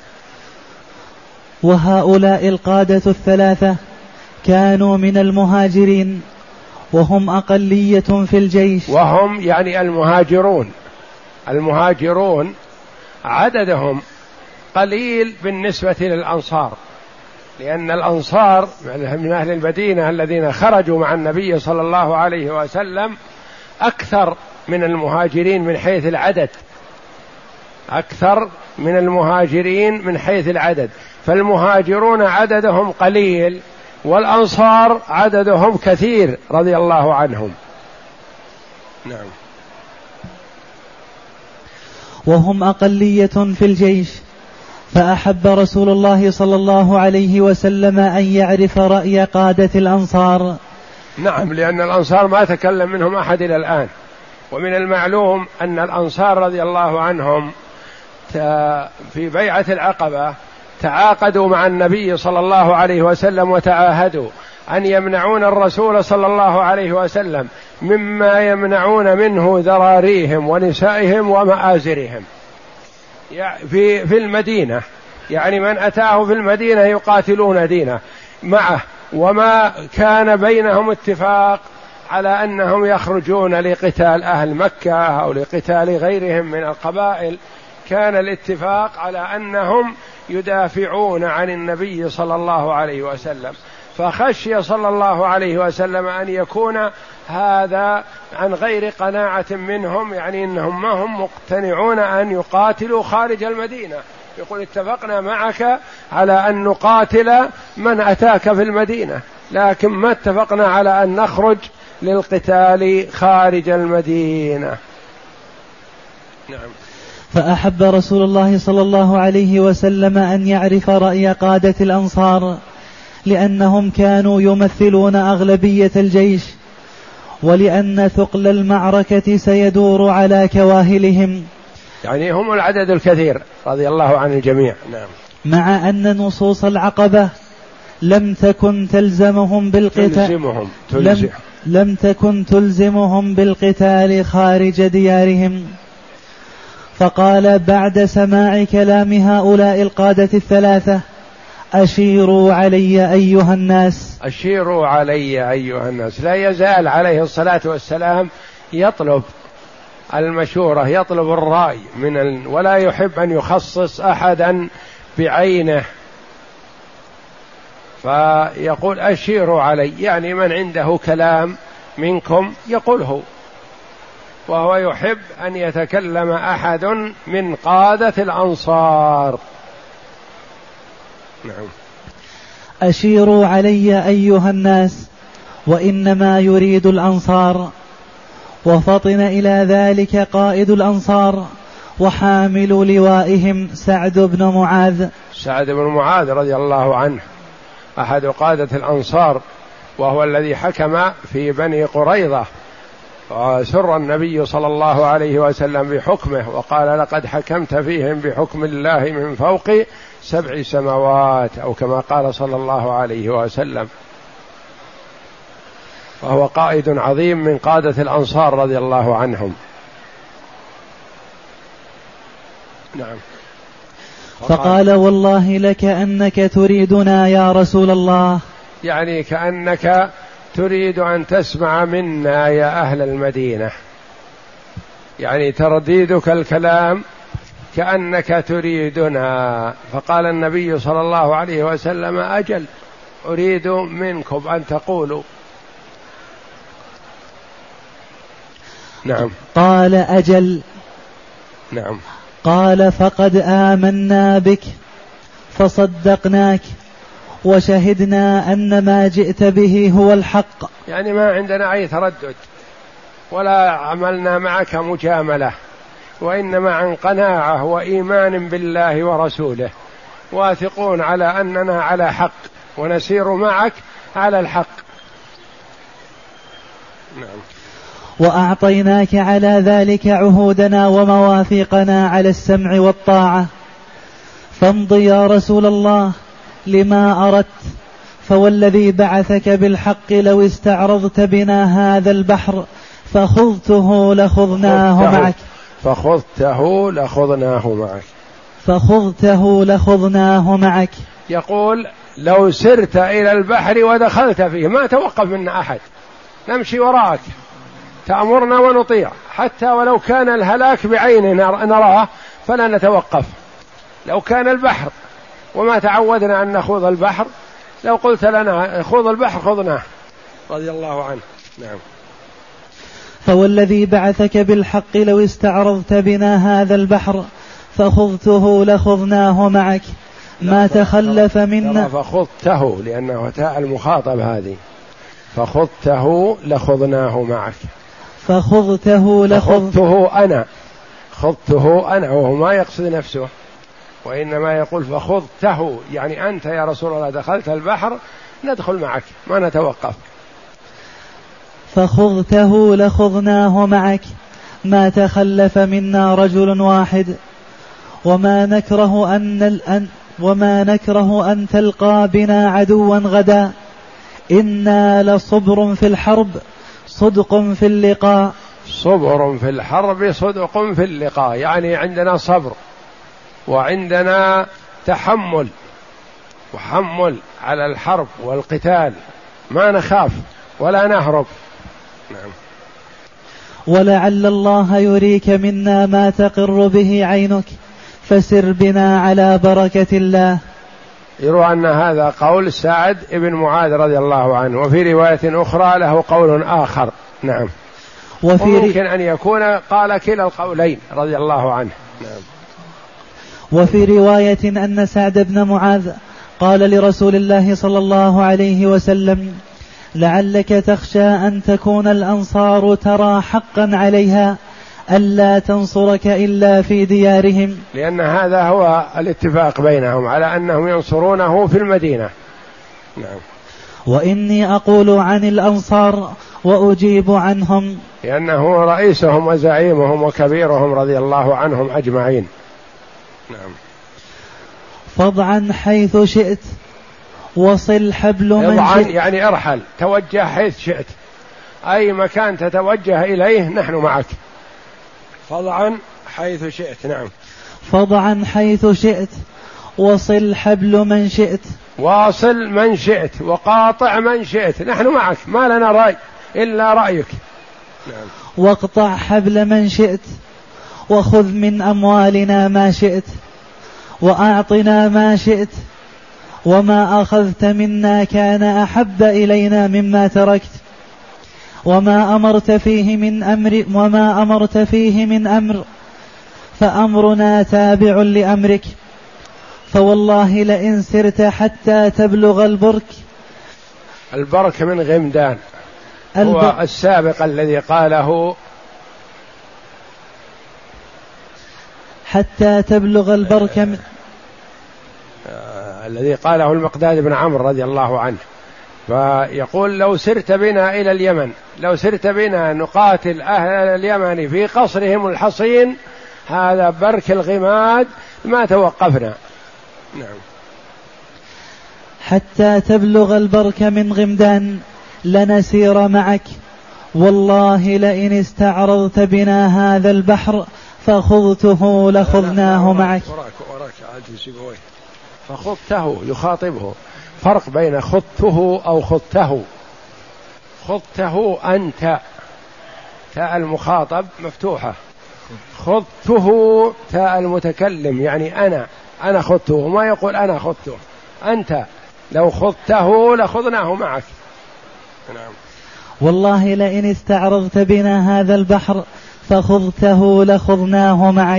C: وهؤلاء القادة الثلاثة كانوا من المهاجرين وهم أقلية في الجيش.
A: وهم يعني المهاجرون، المهاجرون عددهم قليل بالنسبة للأنصار، لأن الأنصار من أهل المدينة الذين خرجوا مع النبي صلى الله عليه وسلم أكثر من المهاجرين من حيث العدد، أكثر من المهاجرين من حيث العدد، فالمهاجرون عددهم قليل والأنصار عددهم كثير رضي الله عنهم. نعم.
C: وهم أقلية في الجيش، فأحب رسول الله صلى الله عليه وسلم أن يعرف رأي قادة الأنصار.
A: نعم، لأن الأنصار ما تكلم منهم أحد إلى الآن، ومن المعلوم أن الأنصار رضي الله عنهم في بيعة العقبة تعاقدوا مع النبي صلى الله عليه وسلم وتعاهدوا أن يمنعون الرسول صلى الله عليه وسلم مما يمنعون منه ذراريهم ونسائهم ومآزرهم في في المدينة، يعني من أتاه في المدينة يقاتلون دينه معه، وما كان بينهم اتفاق على أنهم يخرجون لقتال أهل مكة أو لقتال غيرهم من القبائل، كان الاتفاق على أنهم يدافعون عن النبي صلى الله عليه وسلم، فخشي صلى الله عليه وسلم أن يكون هذا عن غير قناعة منهم، يعني إنهم ما هم مقتنعون أن يقاتلوا خارج المدينة، يقول اتفقنا معك على أن نقاتل من أتاك في المدينة، لكن ما اتفقنا على أن نخرج للقتال خارج المدينة. نعم.
C: فأحب رسول الله صلى الله عليه وسلم أن يعرف رأي قادة الأنصار، لأنهم كانوا يمثلون أغلبية الجيش، ولأن ثقل المعركة سيدور على كواهلهم،
A: يعني هم العدد الكثير رضي الله عن الجميع. نعم.
C: مع أن نصوص العقبة لم تكن تلزمهم بالقتال
A: تلزمهم تلزم.
C: لم, لم تكن تلزمهم بالقتال خارج ديارهم. فقال بعد سماع كلام هؤلاء القادة الثلاثة أشيروا علي أيها الناس.
A: أشيروا علي أيها الناس. لا يزال عليه الصلاة والسلام يطلب المشورة، يطلب الرأي من ال... ولا يحب أن يخصص أحدا بعينه، فيقول أشيروا علي، يعني من عنده كلام منكم يقوله، وهو يحب أن يتكلم أحد من قادة الأنصار. نعم.
C: أشيروا علي أيها الناس، وإنما يريد الأنصار. وفطن إلى ذلك قائد الأنصار وحامل لوائهم سعد بن معاذ.
A: سعد بن معاذ رضي الله عنه أحد قادة الأنصار، وهو الذي حكم في بني قريظة وسر النبي صلى الله عليه وسلم بحكمه وقال لقد حكمت فيهم بحكم الله من فوق سبع سماوات، أو كما قال صلى الله عليه وسلم، وهو قائد عظيم من قادة الأنصار رضي الله عنهم. نعم.
C: فقال والله لك أنك تريدنا يا رسول الله،
A: يعني كأنك تريد أن تسمع منا يا أهل المدينة، يعني ترديدك الكلام كأنك تريدنا. فقال النبي صلى الله عليه وسلم أجل أريد منكم أن تقولوا. نعم.
C: قال أجل.
A: نعم.
C: قال فقد آمنا بك فصدقناك وشهدنا أن ما جئت به هو الحق.
A: يعني ما عندنا أي تردد ولا عملنا معك مجاملة، وإنما عن قناعة وإيمان بالله ورسوله، واثقون على أننا على حق ونسير معك على الحق. نعم.
C: وأعطيناك على ذلك عهودنا ومواثيقنا على السمع والطاعة، فامض يا رسول الله لما أردت، فوالذي بعثك بالحق لو استعرضت بنا هذا البحر فخذته لخذناه معك
A: فخذته لخذناه معك
C: فخذته لخذناه معك
A: يقول لو سرت إلى البحر ودخلت فيه ما توقف منا أحد، نمشي وراك، تأمرنا ونطيع، حتى ولو كان الهلاك بعيننا نراه فلا نتوقف. لو كان البحر وما تعودنا أن نخوض البحر، لو قلت لنا خوض البحر خذناه رضي الله عنه. نعم.
C: فوالذي بعثك بالحق لو استعرضت بنا هذا البحر فخذته لخذناه معك ما تخلف منا.
A: فخذته لأنه تاء المخاطب هذه، فخذته لخذناه معك.
C: فخذته
A: لخذته أنا خذته أنا، وهو ما يقصد نفسه، وإنما يقول فخذته، يعني أنت يا رسول الله دخلت البحر ندخل معك ما نتوقف.
C: فخذته لخذناه معك ما تخلف منا رجل واحد، وما نكره أن أن وما نكره أن تلقى بنا عدوا غدا، إنا لصبر في الحرب صدق في اللقاء.
A: صبر في الحرب صدق في اللقاء، يعني عندنا صبر وعندنا تحمل وحمل على الحرب والقتال، ما نخاف ولا نهرب. نعم.
C: ولعل الله يريك منا ما تقر به عينك فسر بنا على بركة الله.
A: يروى أن هذا قول سعد بن معاذ رضي الله عنه، وفي رواية أخرى له قول آخر. نعم. وممكن أن يكون قال كلا القولين رضي الله عنه. نعم.
C: وفي رواية أن سعد بن معاذ قال لرسول الله صلى الله عليه وسلم لعلك تخشى أن تكون الأنصار ترى حقا عليها ألا تنصرك إلا في ديارهم،
A: لأن هذا هو الاتفاق بينهم على أنهم ينصرونه في المدينة. نعم.
C: وإني أقول عن الأنصار وأجيب عنهم،
A: لأنه رئيسهم وزعيمهم وكبيرهم رضي الله عنهم أجمعين. نعم.
C: فاضعا حيث شئت وصل حبل من شئت.
A: يعني ارحل، توجه حيث شئت، أي مكان تتوجه إليه نحن معك. فاضعا حيث شئت. نعم.
C: فاضعا حيث شئت وصل حبل من شئت.
A: واصل من شئت وقاطع من شئت، نحن معك ما لنا رأي إلا رأيك. نعم.
C: واقطع حبل من شئت وخذ من أموالنا ما شئت وأعطنا ما شئت، وما أخذت منا كان أحب إلينا مما تركت، وما أمرت فيه من أمر وما أمرت فيه من أمر فأمرنا تابع لأمرك، فوالله لئن سرت حتى تبلغ البرك.
A: البرك من غمدان هو السابق الذي قاله
C: حتى تبلغ البرك من
A: الذي قاله المقداد بن عمرو رضي الله عنه فيقول لو سرت بنا إلى اليمن، لو سرت بنا نقاتل أهل اليمن في قصرهم الحصين هذا برك الغماد ما توقفنا. نعم.
C: حتى تبلغ البرك من غمدان لنسير معك، والله لئن استعرضت بنا هذا البحر فخضته لخضناه معك.
A: وراك وراك فخضته يخاطبه، فرق بين خضته أو خضته. خضته أنت، تاء المخاطب مفتوحة، خضته تاء المتكلم يعني أنا، أنا خضته، ما يقول أنا خضته، أنت لو خضته لخضناه معك. نعم.
C: والله لئن استعرضت بنا هذا البحر فخضته لخضناه معك.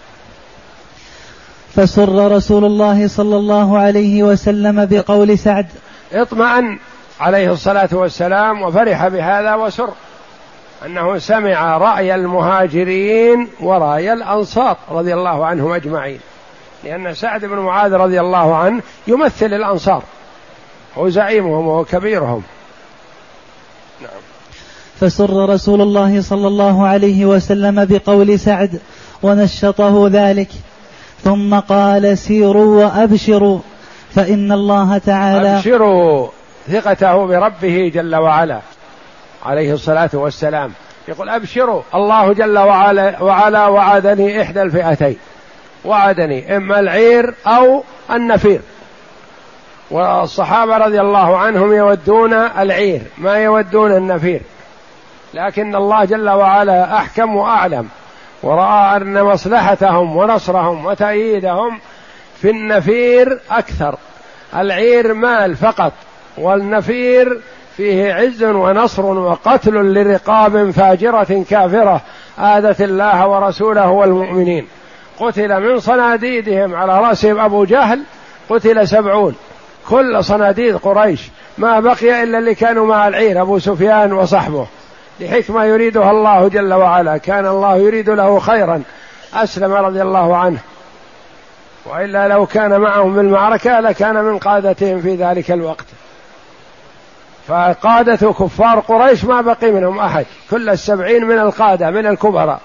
C: فسر رسول الله صلى الله عليه وسلم بقول سعد،
A: اطمأن عليه الصلاة والسلام وفرح بهذا وسر أنه سمع رأي المهاجرين ورأي الأنصار رضي الله عنهم أجمعين، لأن سعد بن معاذ رضي الله عنه يمثل الأنصار، هو زعيمهم وهو كبيرهم. نعم.
C: فسر رسول الله صلى الله عليه وسلم بقول سعد ونشطه ذلك، ثم قال سيروا وأبشروا فإن الله تعالى،
A: أبشروا ثقته بربه جل وعلا عليه الصلاة والسلام، يقول أبشروا الله جل وعلا, وعلا وعدني إحدى الفئتين، وعدني إما العير أو النفير، والصحابة رضي الله عنهم يودون العير ما يودون النفير، لكن الله جل وعلا أحكم وأعلم ورأى أن مصلحتهم ونصرهم وتأييدهم في النفير أكثر. العير مال فقط، والنفير فيه عز ونصر وقتل لرقاب فاجرة كافرة آذت الله ورسوله والمؤمنين. قتل من صناديدهم على رأسهم أبو جهل قتل سبعون، كل صناديد قريش ما بقي إلا اللي كانوا مع العير أبو سفيان وصحبه، لحكمة يريدها الله جل وعلا، كان الله يريد له خيرا، أسلم رضي الله عنه، وإلا لو كان معهم بالمعركة لكان من قادتهم في ذلك الوقت. فقادة كفار قريش ما بقي منهم أحد، كل السبعين من القادة من الكبراء.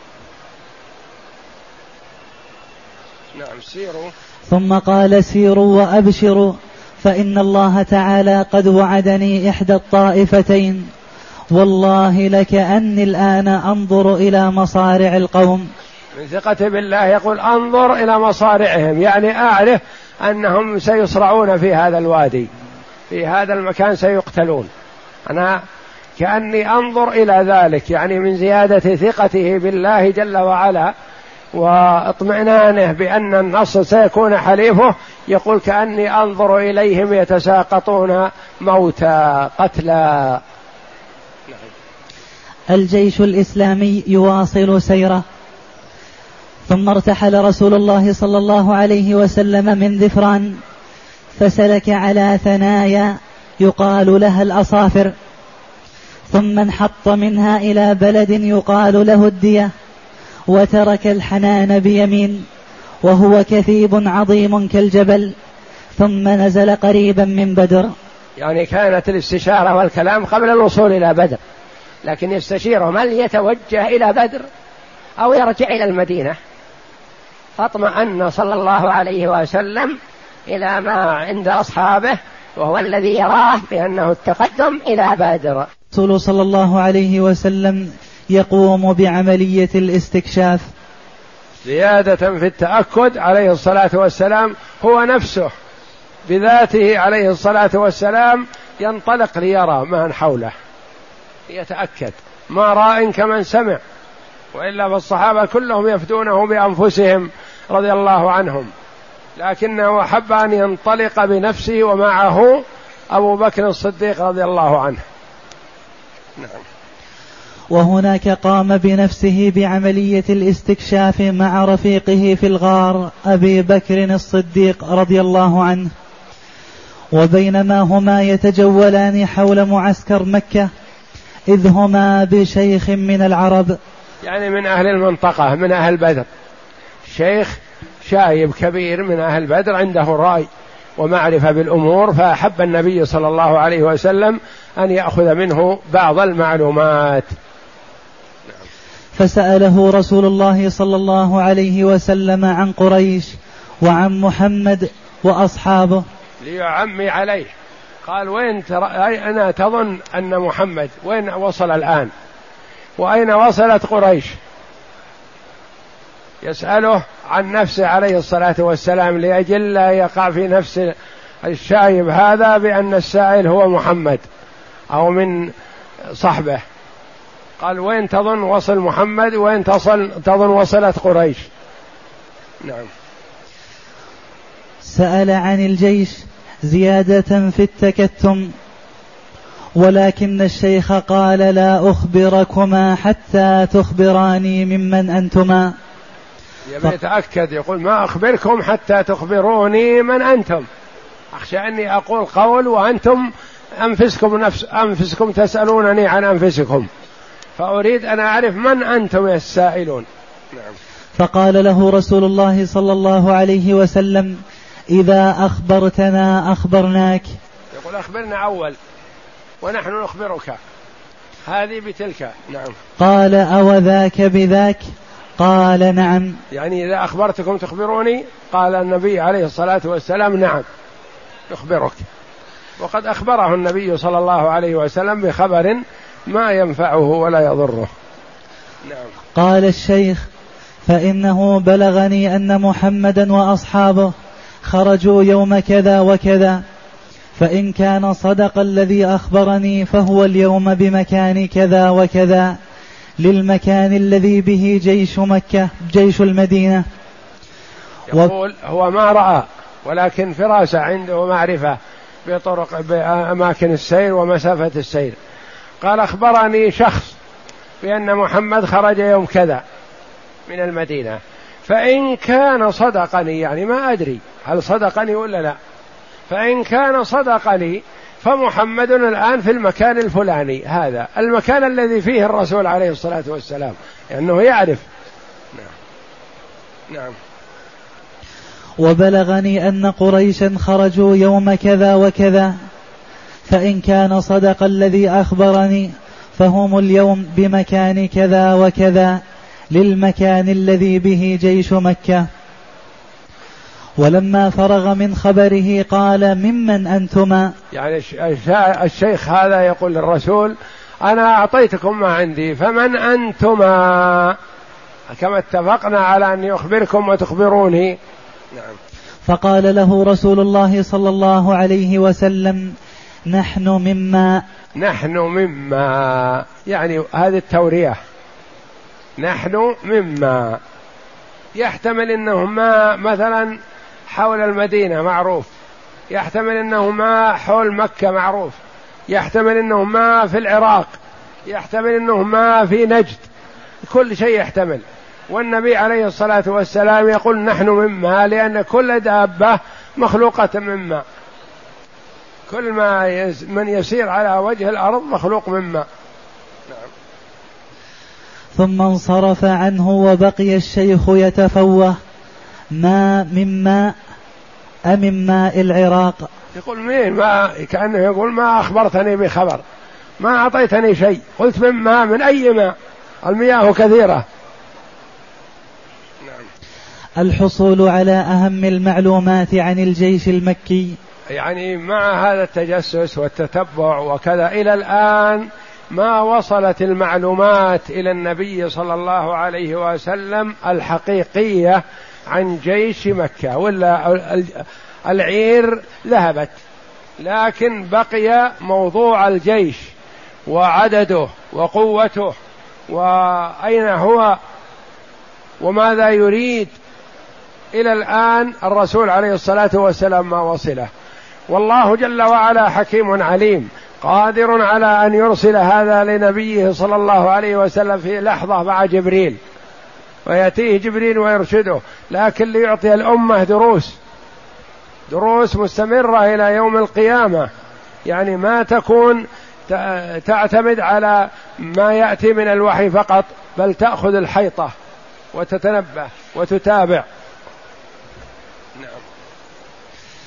A: نعم. سيروا.
C: ثم قال سيروا وأبشروا فإن الله تعالى قد وعدني إحدى الطائفتين، والله لكأني الآن أنظر إلى مصارع القوم.
A: من ثقته بالله يقول أنظر إلى مصارعهم، يعني أعرف أنهم سيصرعون في هذا الوادي، في هذا المكان سيقتلون، أنا كأني أنظر إلى ذلك، يعني من زيادة ثقته بالله جل وعلا واطمئنانه بأن النصر سيكون حليفه، يقول كأني أنظر إليهم يتساقطون موتى قتلى.
C: الجيش الإسلامي يواصل سيره. ثم ارتحل رسول الله صلى الله عليه وسلم من ذفران فسلك على ثنايا يقال لها الأصافر، ثم انحط منها إلى بلد يقال له الدية، وترك الحنان بيمين وهو كثيب عظيم كالجبل، ثم نزل قريبا من بدر.
A: يعني كانت الاستشارة والكلام قبل الوصول إلى بدر، لكن يستشيرهم هل يتوجه إلى بدر أو يرجع إلى المدينة، فاطمأن صلى الله عليه وسلم إلى ما عند أصحابه، وهو الذي يراه بأنه التقدم إلى بدر.
C: رسول صلى الله عليه وسلم يقوم بعملية الاستكشاف
A: زيادة في التأكد عليه الصلاة والسلام، هو نفسه بذاته عليه الصلاة والسلام ينطلق ليرى من حوله، يتأكد، ما راء كمن سمع، وإلا فالصحابة كلهم يفدونه بأنفسهم رضي الله عنهم، لكنه أحب أن ينطلق بنفسه ومعه أبو بكر الصديق رضي الله عنه. نعم.
C: وهناك قام بنفسه بعملية الاستكشاف مع رفيقه في الغار أبي بكر الصديق رضي الله عنه، وبينما هما يتجولان حول معسكر مكة إذ هما بشيخ من العرب،
A: يعني من أهل المنطقة، من أهل بدر، شيخ شايب كبير من أهل بدر عنده رأي ومعرفة بالأمور، فأحب النبي صلى الله عليه وسلم أن يأخذ منه بعض المعلومات.
C: فسأله رسول الله صلى الله عليه وسلم عن قريش وعن محمد وأصحابه
A: ليعمي عليه. قال: وين أنا تظن أن محمد وين وصل الآن، وأين وصلت قريش؟ يسأله عن نفسه عليه الصلاة والسلام لأجل لا يقع في نفس الشايب هذا بأن السائل هو محمد أو من صحبه. قال: وين تظن وصل محمد، وين تصل تظن وصلت قريش؟ نعم.
C: سأل عن الجيش زيادة في التكتم، ولكن الشيخ قال: لا أخبركما حتى تخبراني ممن أنتما.
A: يبي يتأكد، يقول: ما أخبركم حتى تخبروني من أنتم، أخشى أني أقول قول وأنتم أنفسكم نفس أنفسكم تسألونني عن أنفسكم، فأريد أن أعرف من أنتم يا السائلون. نعم.
C: فقال له رسول الله صلى الله عليه وسلم: إذا أخبرتنا أخبرناك.
A: يقول: أخبرنا أول ونحن نخبرك، هذه بتلك. نعم.
C: قال: أو ذاك بذاك؟ قال: نعم.
A: يعني إذا أخبرتكم تخبروني؟ قال النبي عليه الصلاة والسلام: نعم نخبرك. وقد أخبره النبي صلى الله عليه وسلم بخبر ما ينفعه ولا يضره. نعم.
C: قال الشيخ: فإنه بلغني أن محمدا وأصحابه خرجوا يوم كذا وكذا، فإن كان صدق الذي أخبرني فهو اليوم بمكان كذا وكذا، للمكان الذي به جيش مكة جيش المدينة.
A: يقول هو ما رأى، ولكن فراسة عنده معرفة بطرق بأماكن السير ومسافة السير. قال: أخبرني شخص بأن محمد خرج يوم كذا من المدينة، فإن كان صدقني، يعني ما أدري هل صدقني ولا لا، فإن كان صدقني فمحمد الآن في المكان الفلاني، هذا المكان الذي فيه الرسول عليه الصلاة والسلام، لأنه يعني يعرف. نعم. نعم.
C: وبلغني أن قريشا خرجوا يوم كذا وكذا، فإن كان صدق الذي أخبرني فهم اليوم بمكان كذا وكذا، للمكان الذي به جيش مكة. ولما فرغ من خبره قال: ممن أنتما؟
A: يعني الشيخ هذا يقول للرسول: أنا أعطيتكم ما عندي، فمن أنتما؟ كما اتفقنا على أن يخبركم وتخبروني. نعم.
C: فقال له رسول الله صلى الله عليه وسلم: نحن مما.
A: نحن مما يعني هذه التورية، نحن مما يحتمل أنه ما مثلا حول المدينة معروف، يحتمل أنه ما حول مكة معروف، يحتمل أنه ما في العراق، يحتمل أنه ما في نجد، كل شيء يحتمل. والنبي عليه الصلاة والسلام يقول: نحن مما، لأن كل دابة مخلوقة مما، كل ما يز من يسير على وجه الأرض مخلوق مما. نعم.
C: ثم انصرف عنه وبقي الشيخ يتفوه: ما مما أم ماء العراق؟
A: يقول: مين ما، كأنه يقول: ما أخبرتني بخبر، ما أعطيتني شيء، قلت مما، من أي ماء؟ المياه كثيرة. نعم.
C: الحصول على أهم المعلومات عن الجيش المكي.
A: يعني مع هذا التجسس والتتبع وكذا إلى الآن ما وصلت المعلومات إلى النبي صلى الله عليه وسلم الحقيقية عن جيش مكة، ولا العير ذهبت، لكن بقي موضوع الجيش وعدده وقوته وأين هو وماذا يريد. إلى الآن الرسول عليه الصلاة والسلام ما وصله، والله جل وعلا حكيم عليم قادر على أن يرسل هذا لنبيه صلى الله عليه وسلم في لحظة مع جبريل، ويأتيه جبريل ويرشده، لكن ليعطي الأمة دروس دروس مستمرة إلى يوم القيامة، يعني ما تكون تعتمد على ما يأتي من الوحي فقط، بل تأخذ الحيطة وتتنبه وتتابع. نعم.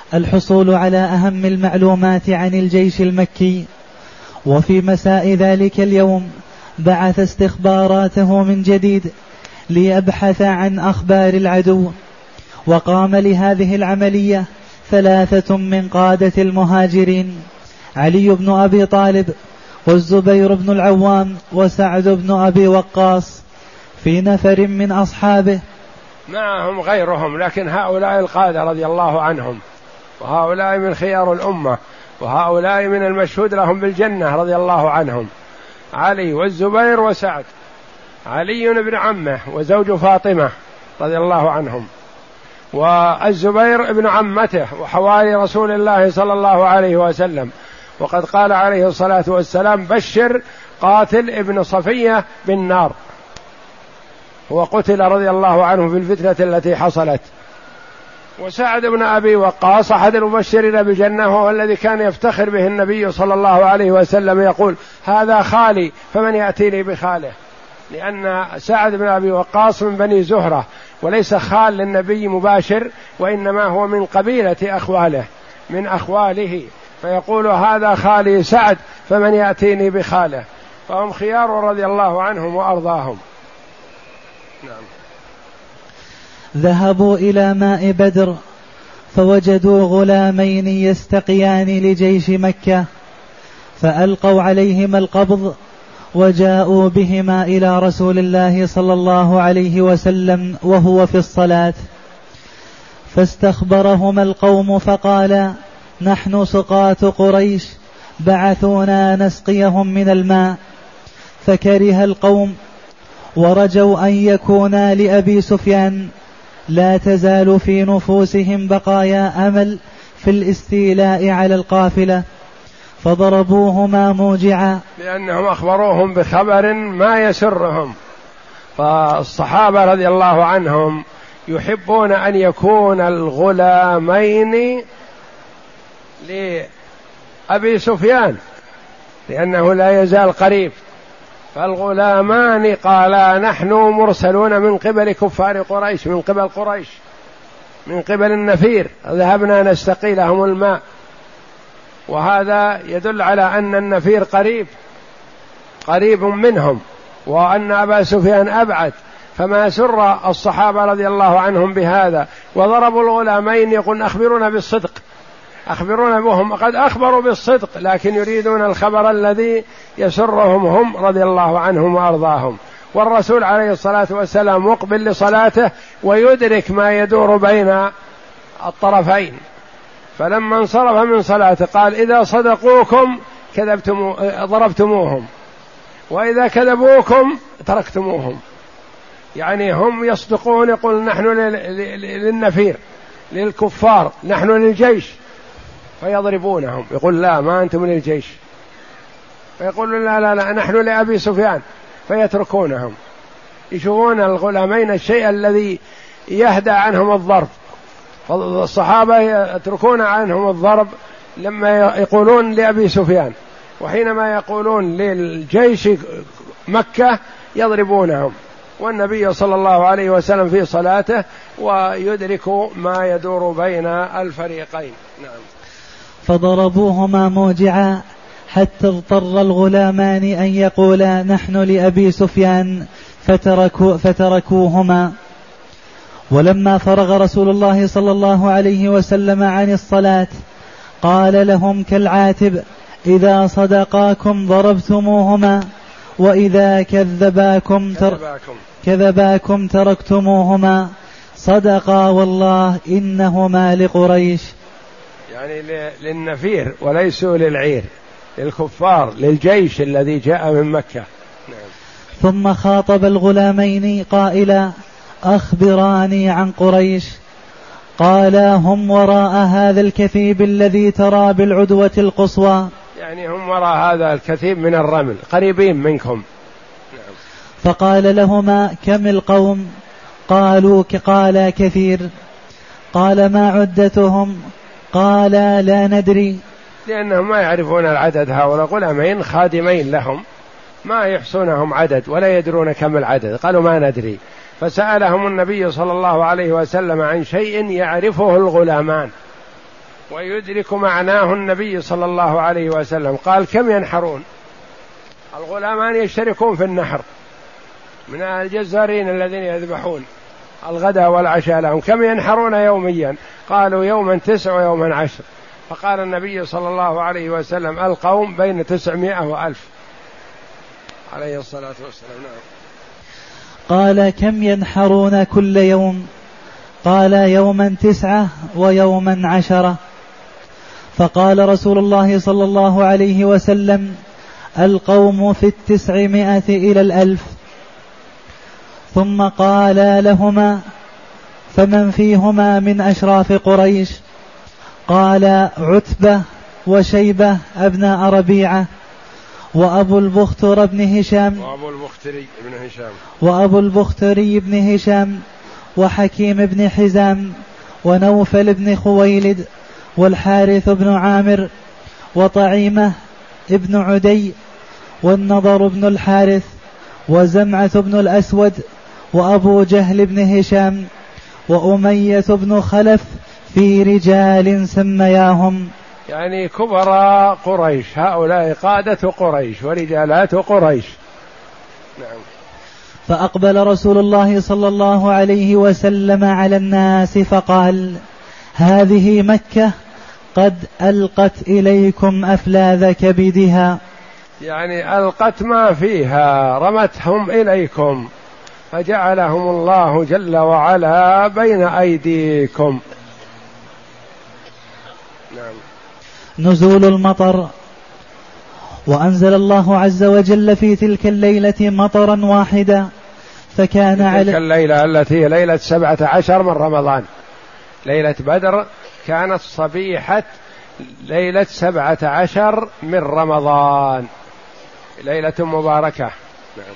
C: الحصول على أهم المعلومات عن الجيش المكي. وفي مساء ذلك اليوم بعث استخباراته من جديد ليبحث عن أخبار العدو، وقام لهذه العملية ثلاثة من قادة المهاجرين: علي بن أبي طالب والزبير بن العوام وسعد بن أبي وقاص في نفر من أصحابه،
A: معهم غيرهم، لكن هؤلاء القادة رضي الله عنهم، وهؤلاء من خيار الأمة، وهؤلاء من المشهود لهم بالجنة رضي الله عنهم: علي والزبير وسعد. علي ابن عمه وزوج فاطمة رضي الله عنهم، والزبير ابن عمته وحواري رسول الله صلى الله عليه وسلم. وقد قال عليه الصلاة والسلام: بشر قاتل ابن صفية بالنار، هو قتل رضي الله عنه في الفتنة التي حصلت. وسعد بن أبي وقاص أحد المبشرين بالجنة، وهو الذي كان يفتخر به النبي صلى الله عليه وسلم، يقول: هذا خالي فمن يأتيني بخاله، لأن سعد بن أبي وقاص من بني زهرة وليس خال للنبي مباشر، وإنما هو من قبيلة أخواله من أخواله، فيقول: هذا خالي سعد فمن يأتيني بخاله. فهم خيار رضي الله عنهم وأرضاهم. نعم.
C: ذهبوا إلى ماء بدر فوجدوا غلامين يستقيان لجيش مكة، فألقوا عليهما القبض وجاءوا بهما إلى رسول الله صلى الله عليه وسلم وهو في الصلاة، فاستخبرهما القوم فقال: نحن سقاة قريش بعثونا نسقيهم من الماء. فكره القوم ورجوا أن يكونا لأبي سفيان، لا تزال في نفوسهم بقايا أمل في الاستيلاء على القافلة، فضربوهما موجعا،
A: لأنهم أخبروهم بخبر ما يسرهم. فالصحابة رضي الله عنهم يحبون أن يكون الغلامين لأبي سفيان، لأنه لا يزال قريب. فالغلامان قالا: نحن مرسلون من قبل كفار قريش، من قبل قريش، من قبل النفير، ذهبنا نستقي لهم الماء. وهذا يدل على أن النفير قريب قريب منهم، وأن أبا سفيان أبعد. فما سر الصحابة رضي الله عنهم بهذا، وضربوا الغلامين يقول: أخبرونا بالصدق، أخبرونا بهم. قد أخبروا بالصدق، لكن يريدون الخبر الذي يسرهم هم رضي الله عنهم وأرضاهم. والرسول عليه الصلاة والسلام مقبل لصلاته ويدرك ما يدور بين الطرفين، فلما انصرف من صلاته قال: إذا صدقوكم كذبتم ضربتموهم، وإذا كذبوكم تركتموهم. يعني هم يصدقون، يقول: نحن للنفير للكفار، نحن للجيش، فيضربونهم. يقول: لا، ما أنتم للجيش. فيقولون: لا لا لا، نحن لأبي سفيان، فيتركونهم. يشوفون الغلامين الشيء الذي يهدى عنهم الضرب، فالصحابة يتركون عنهم الضرب لما يقولون لأبي سفيان، وحينما يقولون للجيش مكة يضربونهم. والنبي صلى الله عليه وسلم في صلاته ويدرك ما يدور بين الفريقين. نعم.
C: فضربوهما موجعا حتى اضطر الغلامان أن يقولا: نحن لأبي سفيان، فتركوا فتركوهما. ولما فرغ رسول الله صلى الله عليه وسلم عن الصلاة قال لهم كالعاتب: إذا صدقاكم ضربتموهما، وإذا كذباكم, تر... كذباكم تركتموهما، صدقا والله إنهما لقريش.
A: يعني للنفير وليسوا للعير، للكفار، للجيش الذي جاء من مكة. نعم.
C: ثم خاطب الغلامين قائلا: أخبراني عن قريش. قالا: هم وراء هذا الكثيب الذي ترى بالعدوة القصوى،
A: يعني هم وراء هذا الكثيب من الرمل، قريبين منكم. نعم.
C: فقال لهما: كم القوم؟ قالوا: قال كثير. قال: ما عدتهم؟ قالا: لا ندري.
A: لأنهم ما يعرفون العدد، هؤلاء غلامين خادمين لهم ما يحصونهم عدد ولا يدرون كم العدد. قالوا: ما ندري. فسألهم النبي صلى الله عليه وسلم عن شيء يعرفه الغلامان، ويدرك معناه النبي صلى الله عليه وسلم. قال كم ينحرون؟ الغلامان يشتركون في النحر من الجزارين الذين يذبحون الغداء والعشاء لهم، كم ينحرون يوميا؟ قالوا يوما تسع ويوما عشر. فقال النبي صلى الله عليه وسلم القوم بين تسعمائة وألف عليه الصلاة والسلام. نعم.
C: قال كم ينحرون كل يوم؟ قال يوما تسعة ويوما عشرة. فقال رسول الله صلى الله عليه وسلم القوم في التسعمائة إلى الألف. ثم قال لهما فمن فيهما من أشراف قريش؟ قال عتبة وشيبة أبناء ربيعة وأبو البختر بن هشام
A: وأبو البختري بن هشام
C: وأبو البختري بن هشام وحكيم بن حزام ونوفل بن خويلد والحارث بن عامر وطعيمة ابن عدي والنضر بن الحارث وزمعة بن الأسود وأبو جهل بن هشام وأمية بن خلف في رجال سمياهم،
A: يعني كبراء قريش، هؤلاء قادة قريش ورجالات قريش. نعم.
C: فأقبل رسول الله صلى الله عليه وسلم على الناس فقال هذه مكة قد ألقت إليكم أفلاذ كبدها،
A: يعني ألقت ما فيها، رمتهم إليكم فجعلهم الله جل وعلا بين أيديكم. نعم.
C: نزول المطر. وأنزل الله عز وجل في تلك الليلة مطرا واحدا فكان على
A: تلك الليلة التي هي ليلة سبعة عشر من رمضان، ليلة بدر كانت صبيحة ليلة سبعة عشر من رمضان، ليلة مباركة. نعم.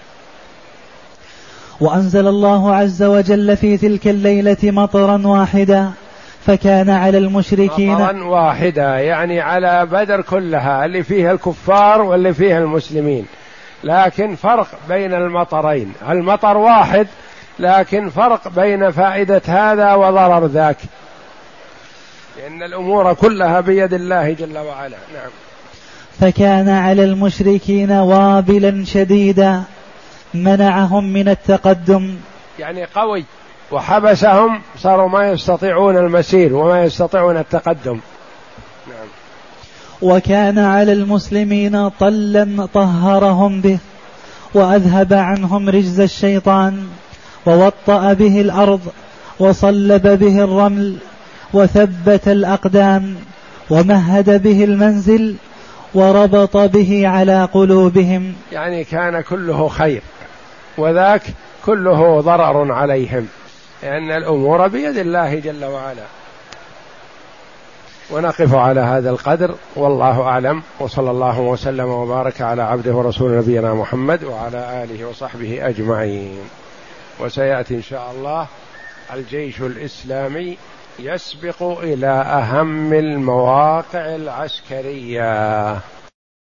C: وأنزل الله عز وجل في تلك الليلة مطرا واحدا فكان على المشركين
A: مطرا واحدا، يعني على بدر كلها اللي فيها الكفار واللي فيها المسلمين، لكن فرق بين المطرين، المطر واحد لكن فرق بين فائدة هذا وضرر ذاك، لأن الأمور كلها بيد الله جل وعلا. نعم.
C: فكان على المشركين وابلا شديدا منعهم من التقدم،
A: يعني قوي وحبسهم، صاروا ما يستطيعون المسير وما يستطيعون التقدم. نعم.
C: وكان على المسلمين طلا طهرهم به وأذهب عنهم رجز الشيطان ووطأ به الأرض وصلب به الرمل وثبت الأقدام ومهد به المنزل وربط به على قلوبهم،
A: يعني كان كله خير وذاك كله ضرر عليهم، لأن الأمور بيد الله جل وعلا. ونقف على هذا القدر والله أعلم، وصلى الله وسلم وبارك على عبده ورسول نبينا محمد وعلى آله وصحبه أجمعين. وسيأتي إن شاء الله الجيش الإسلامي يسبق إلى أهم المواقع العسكرية.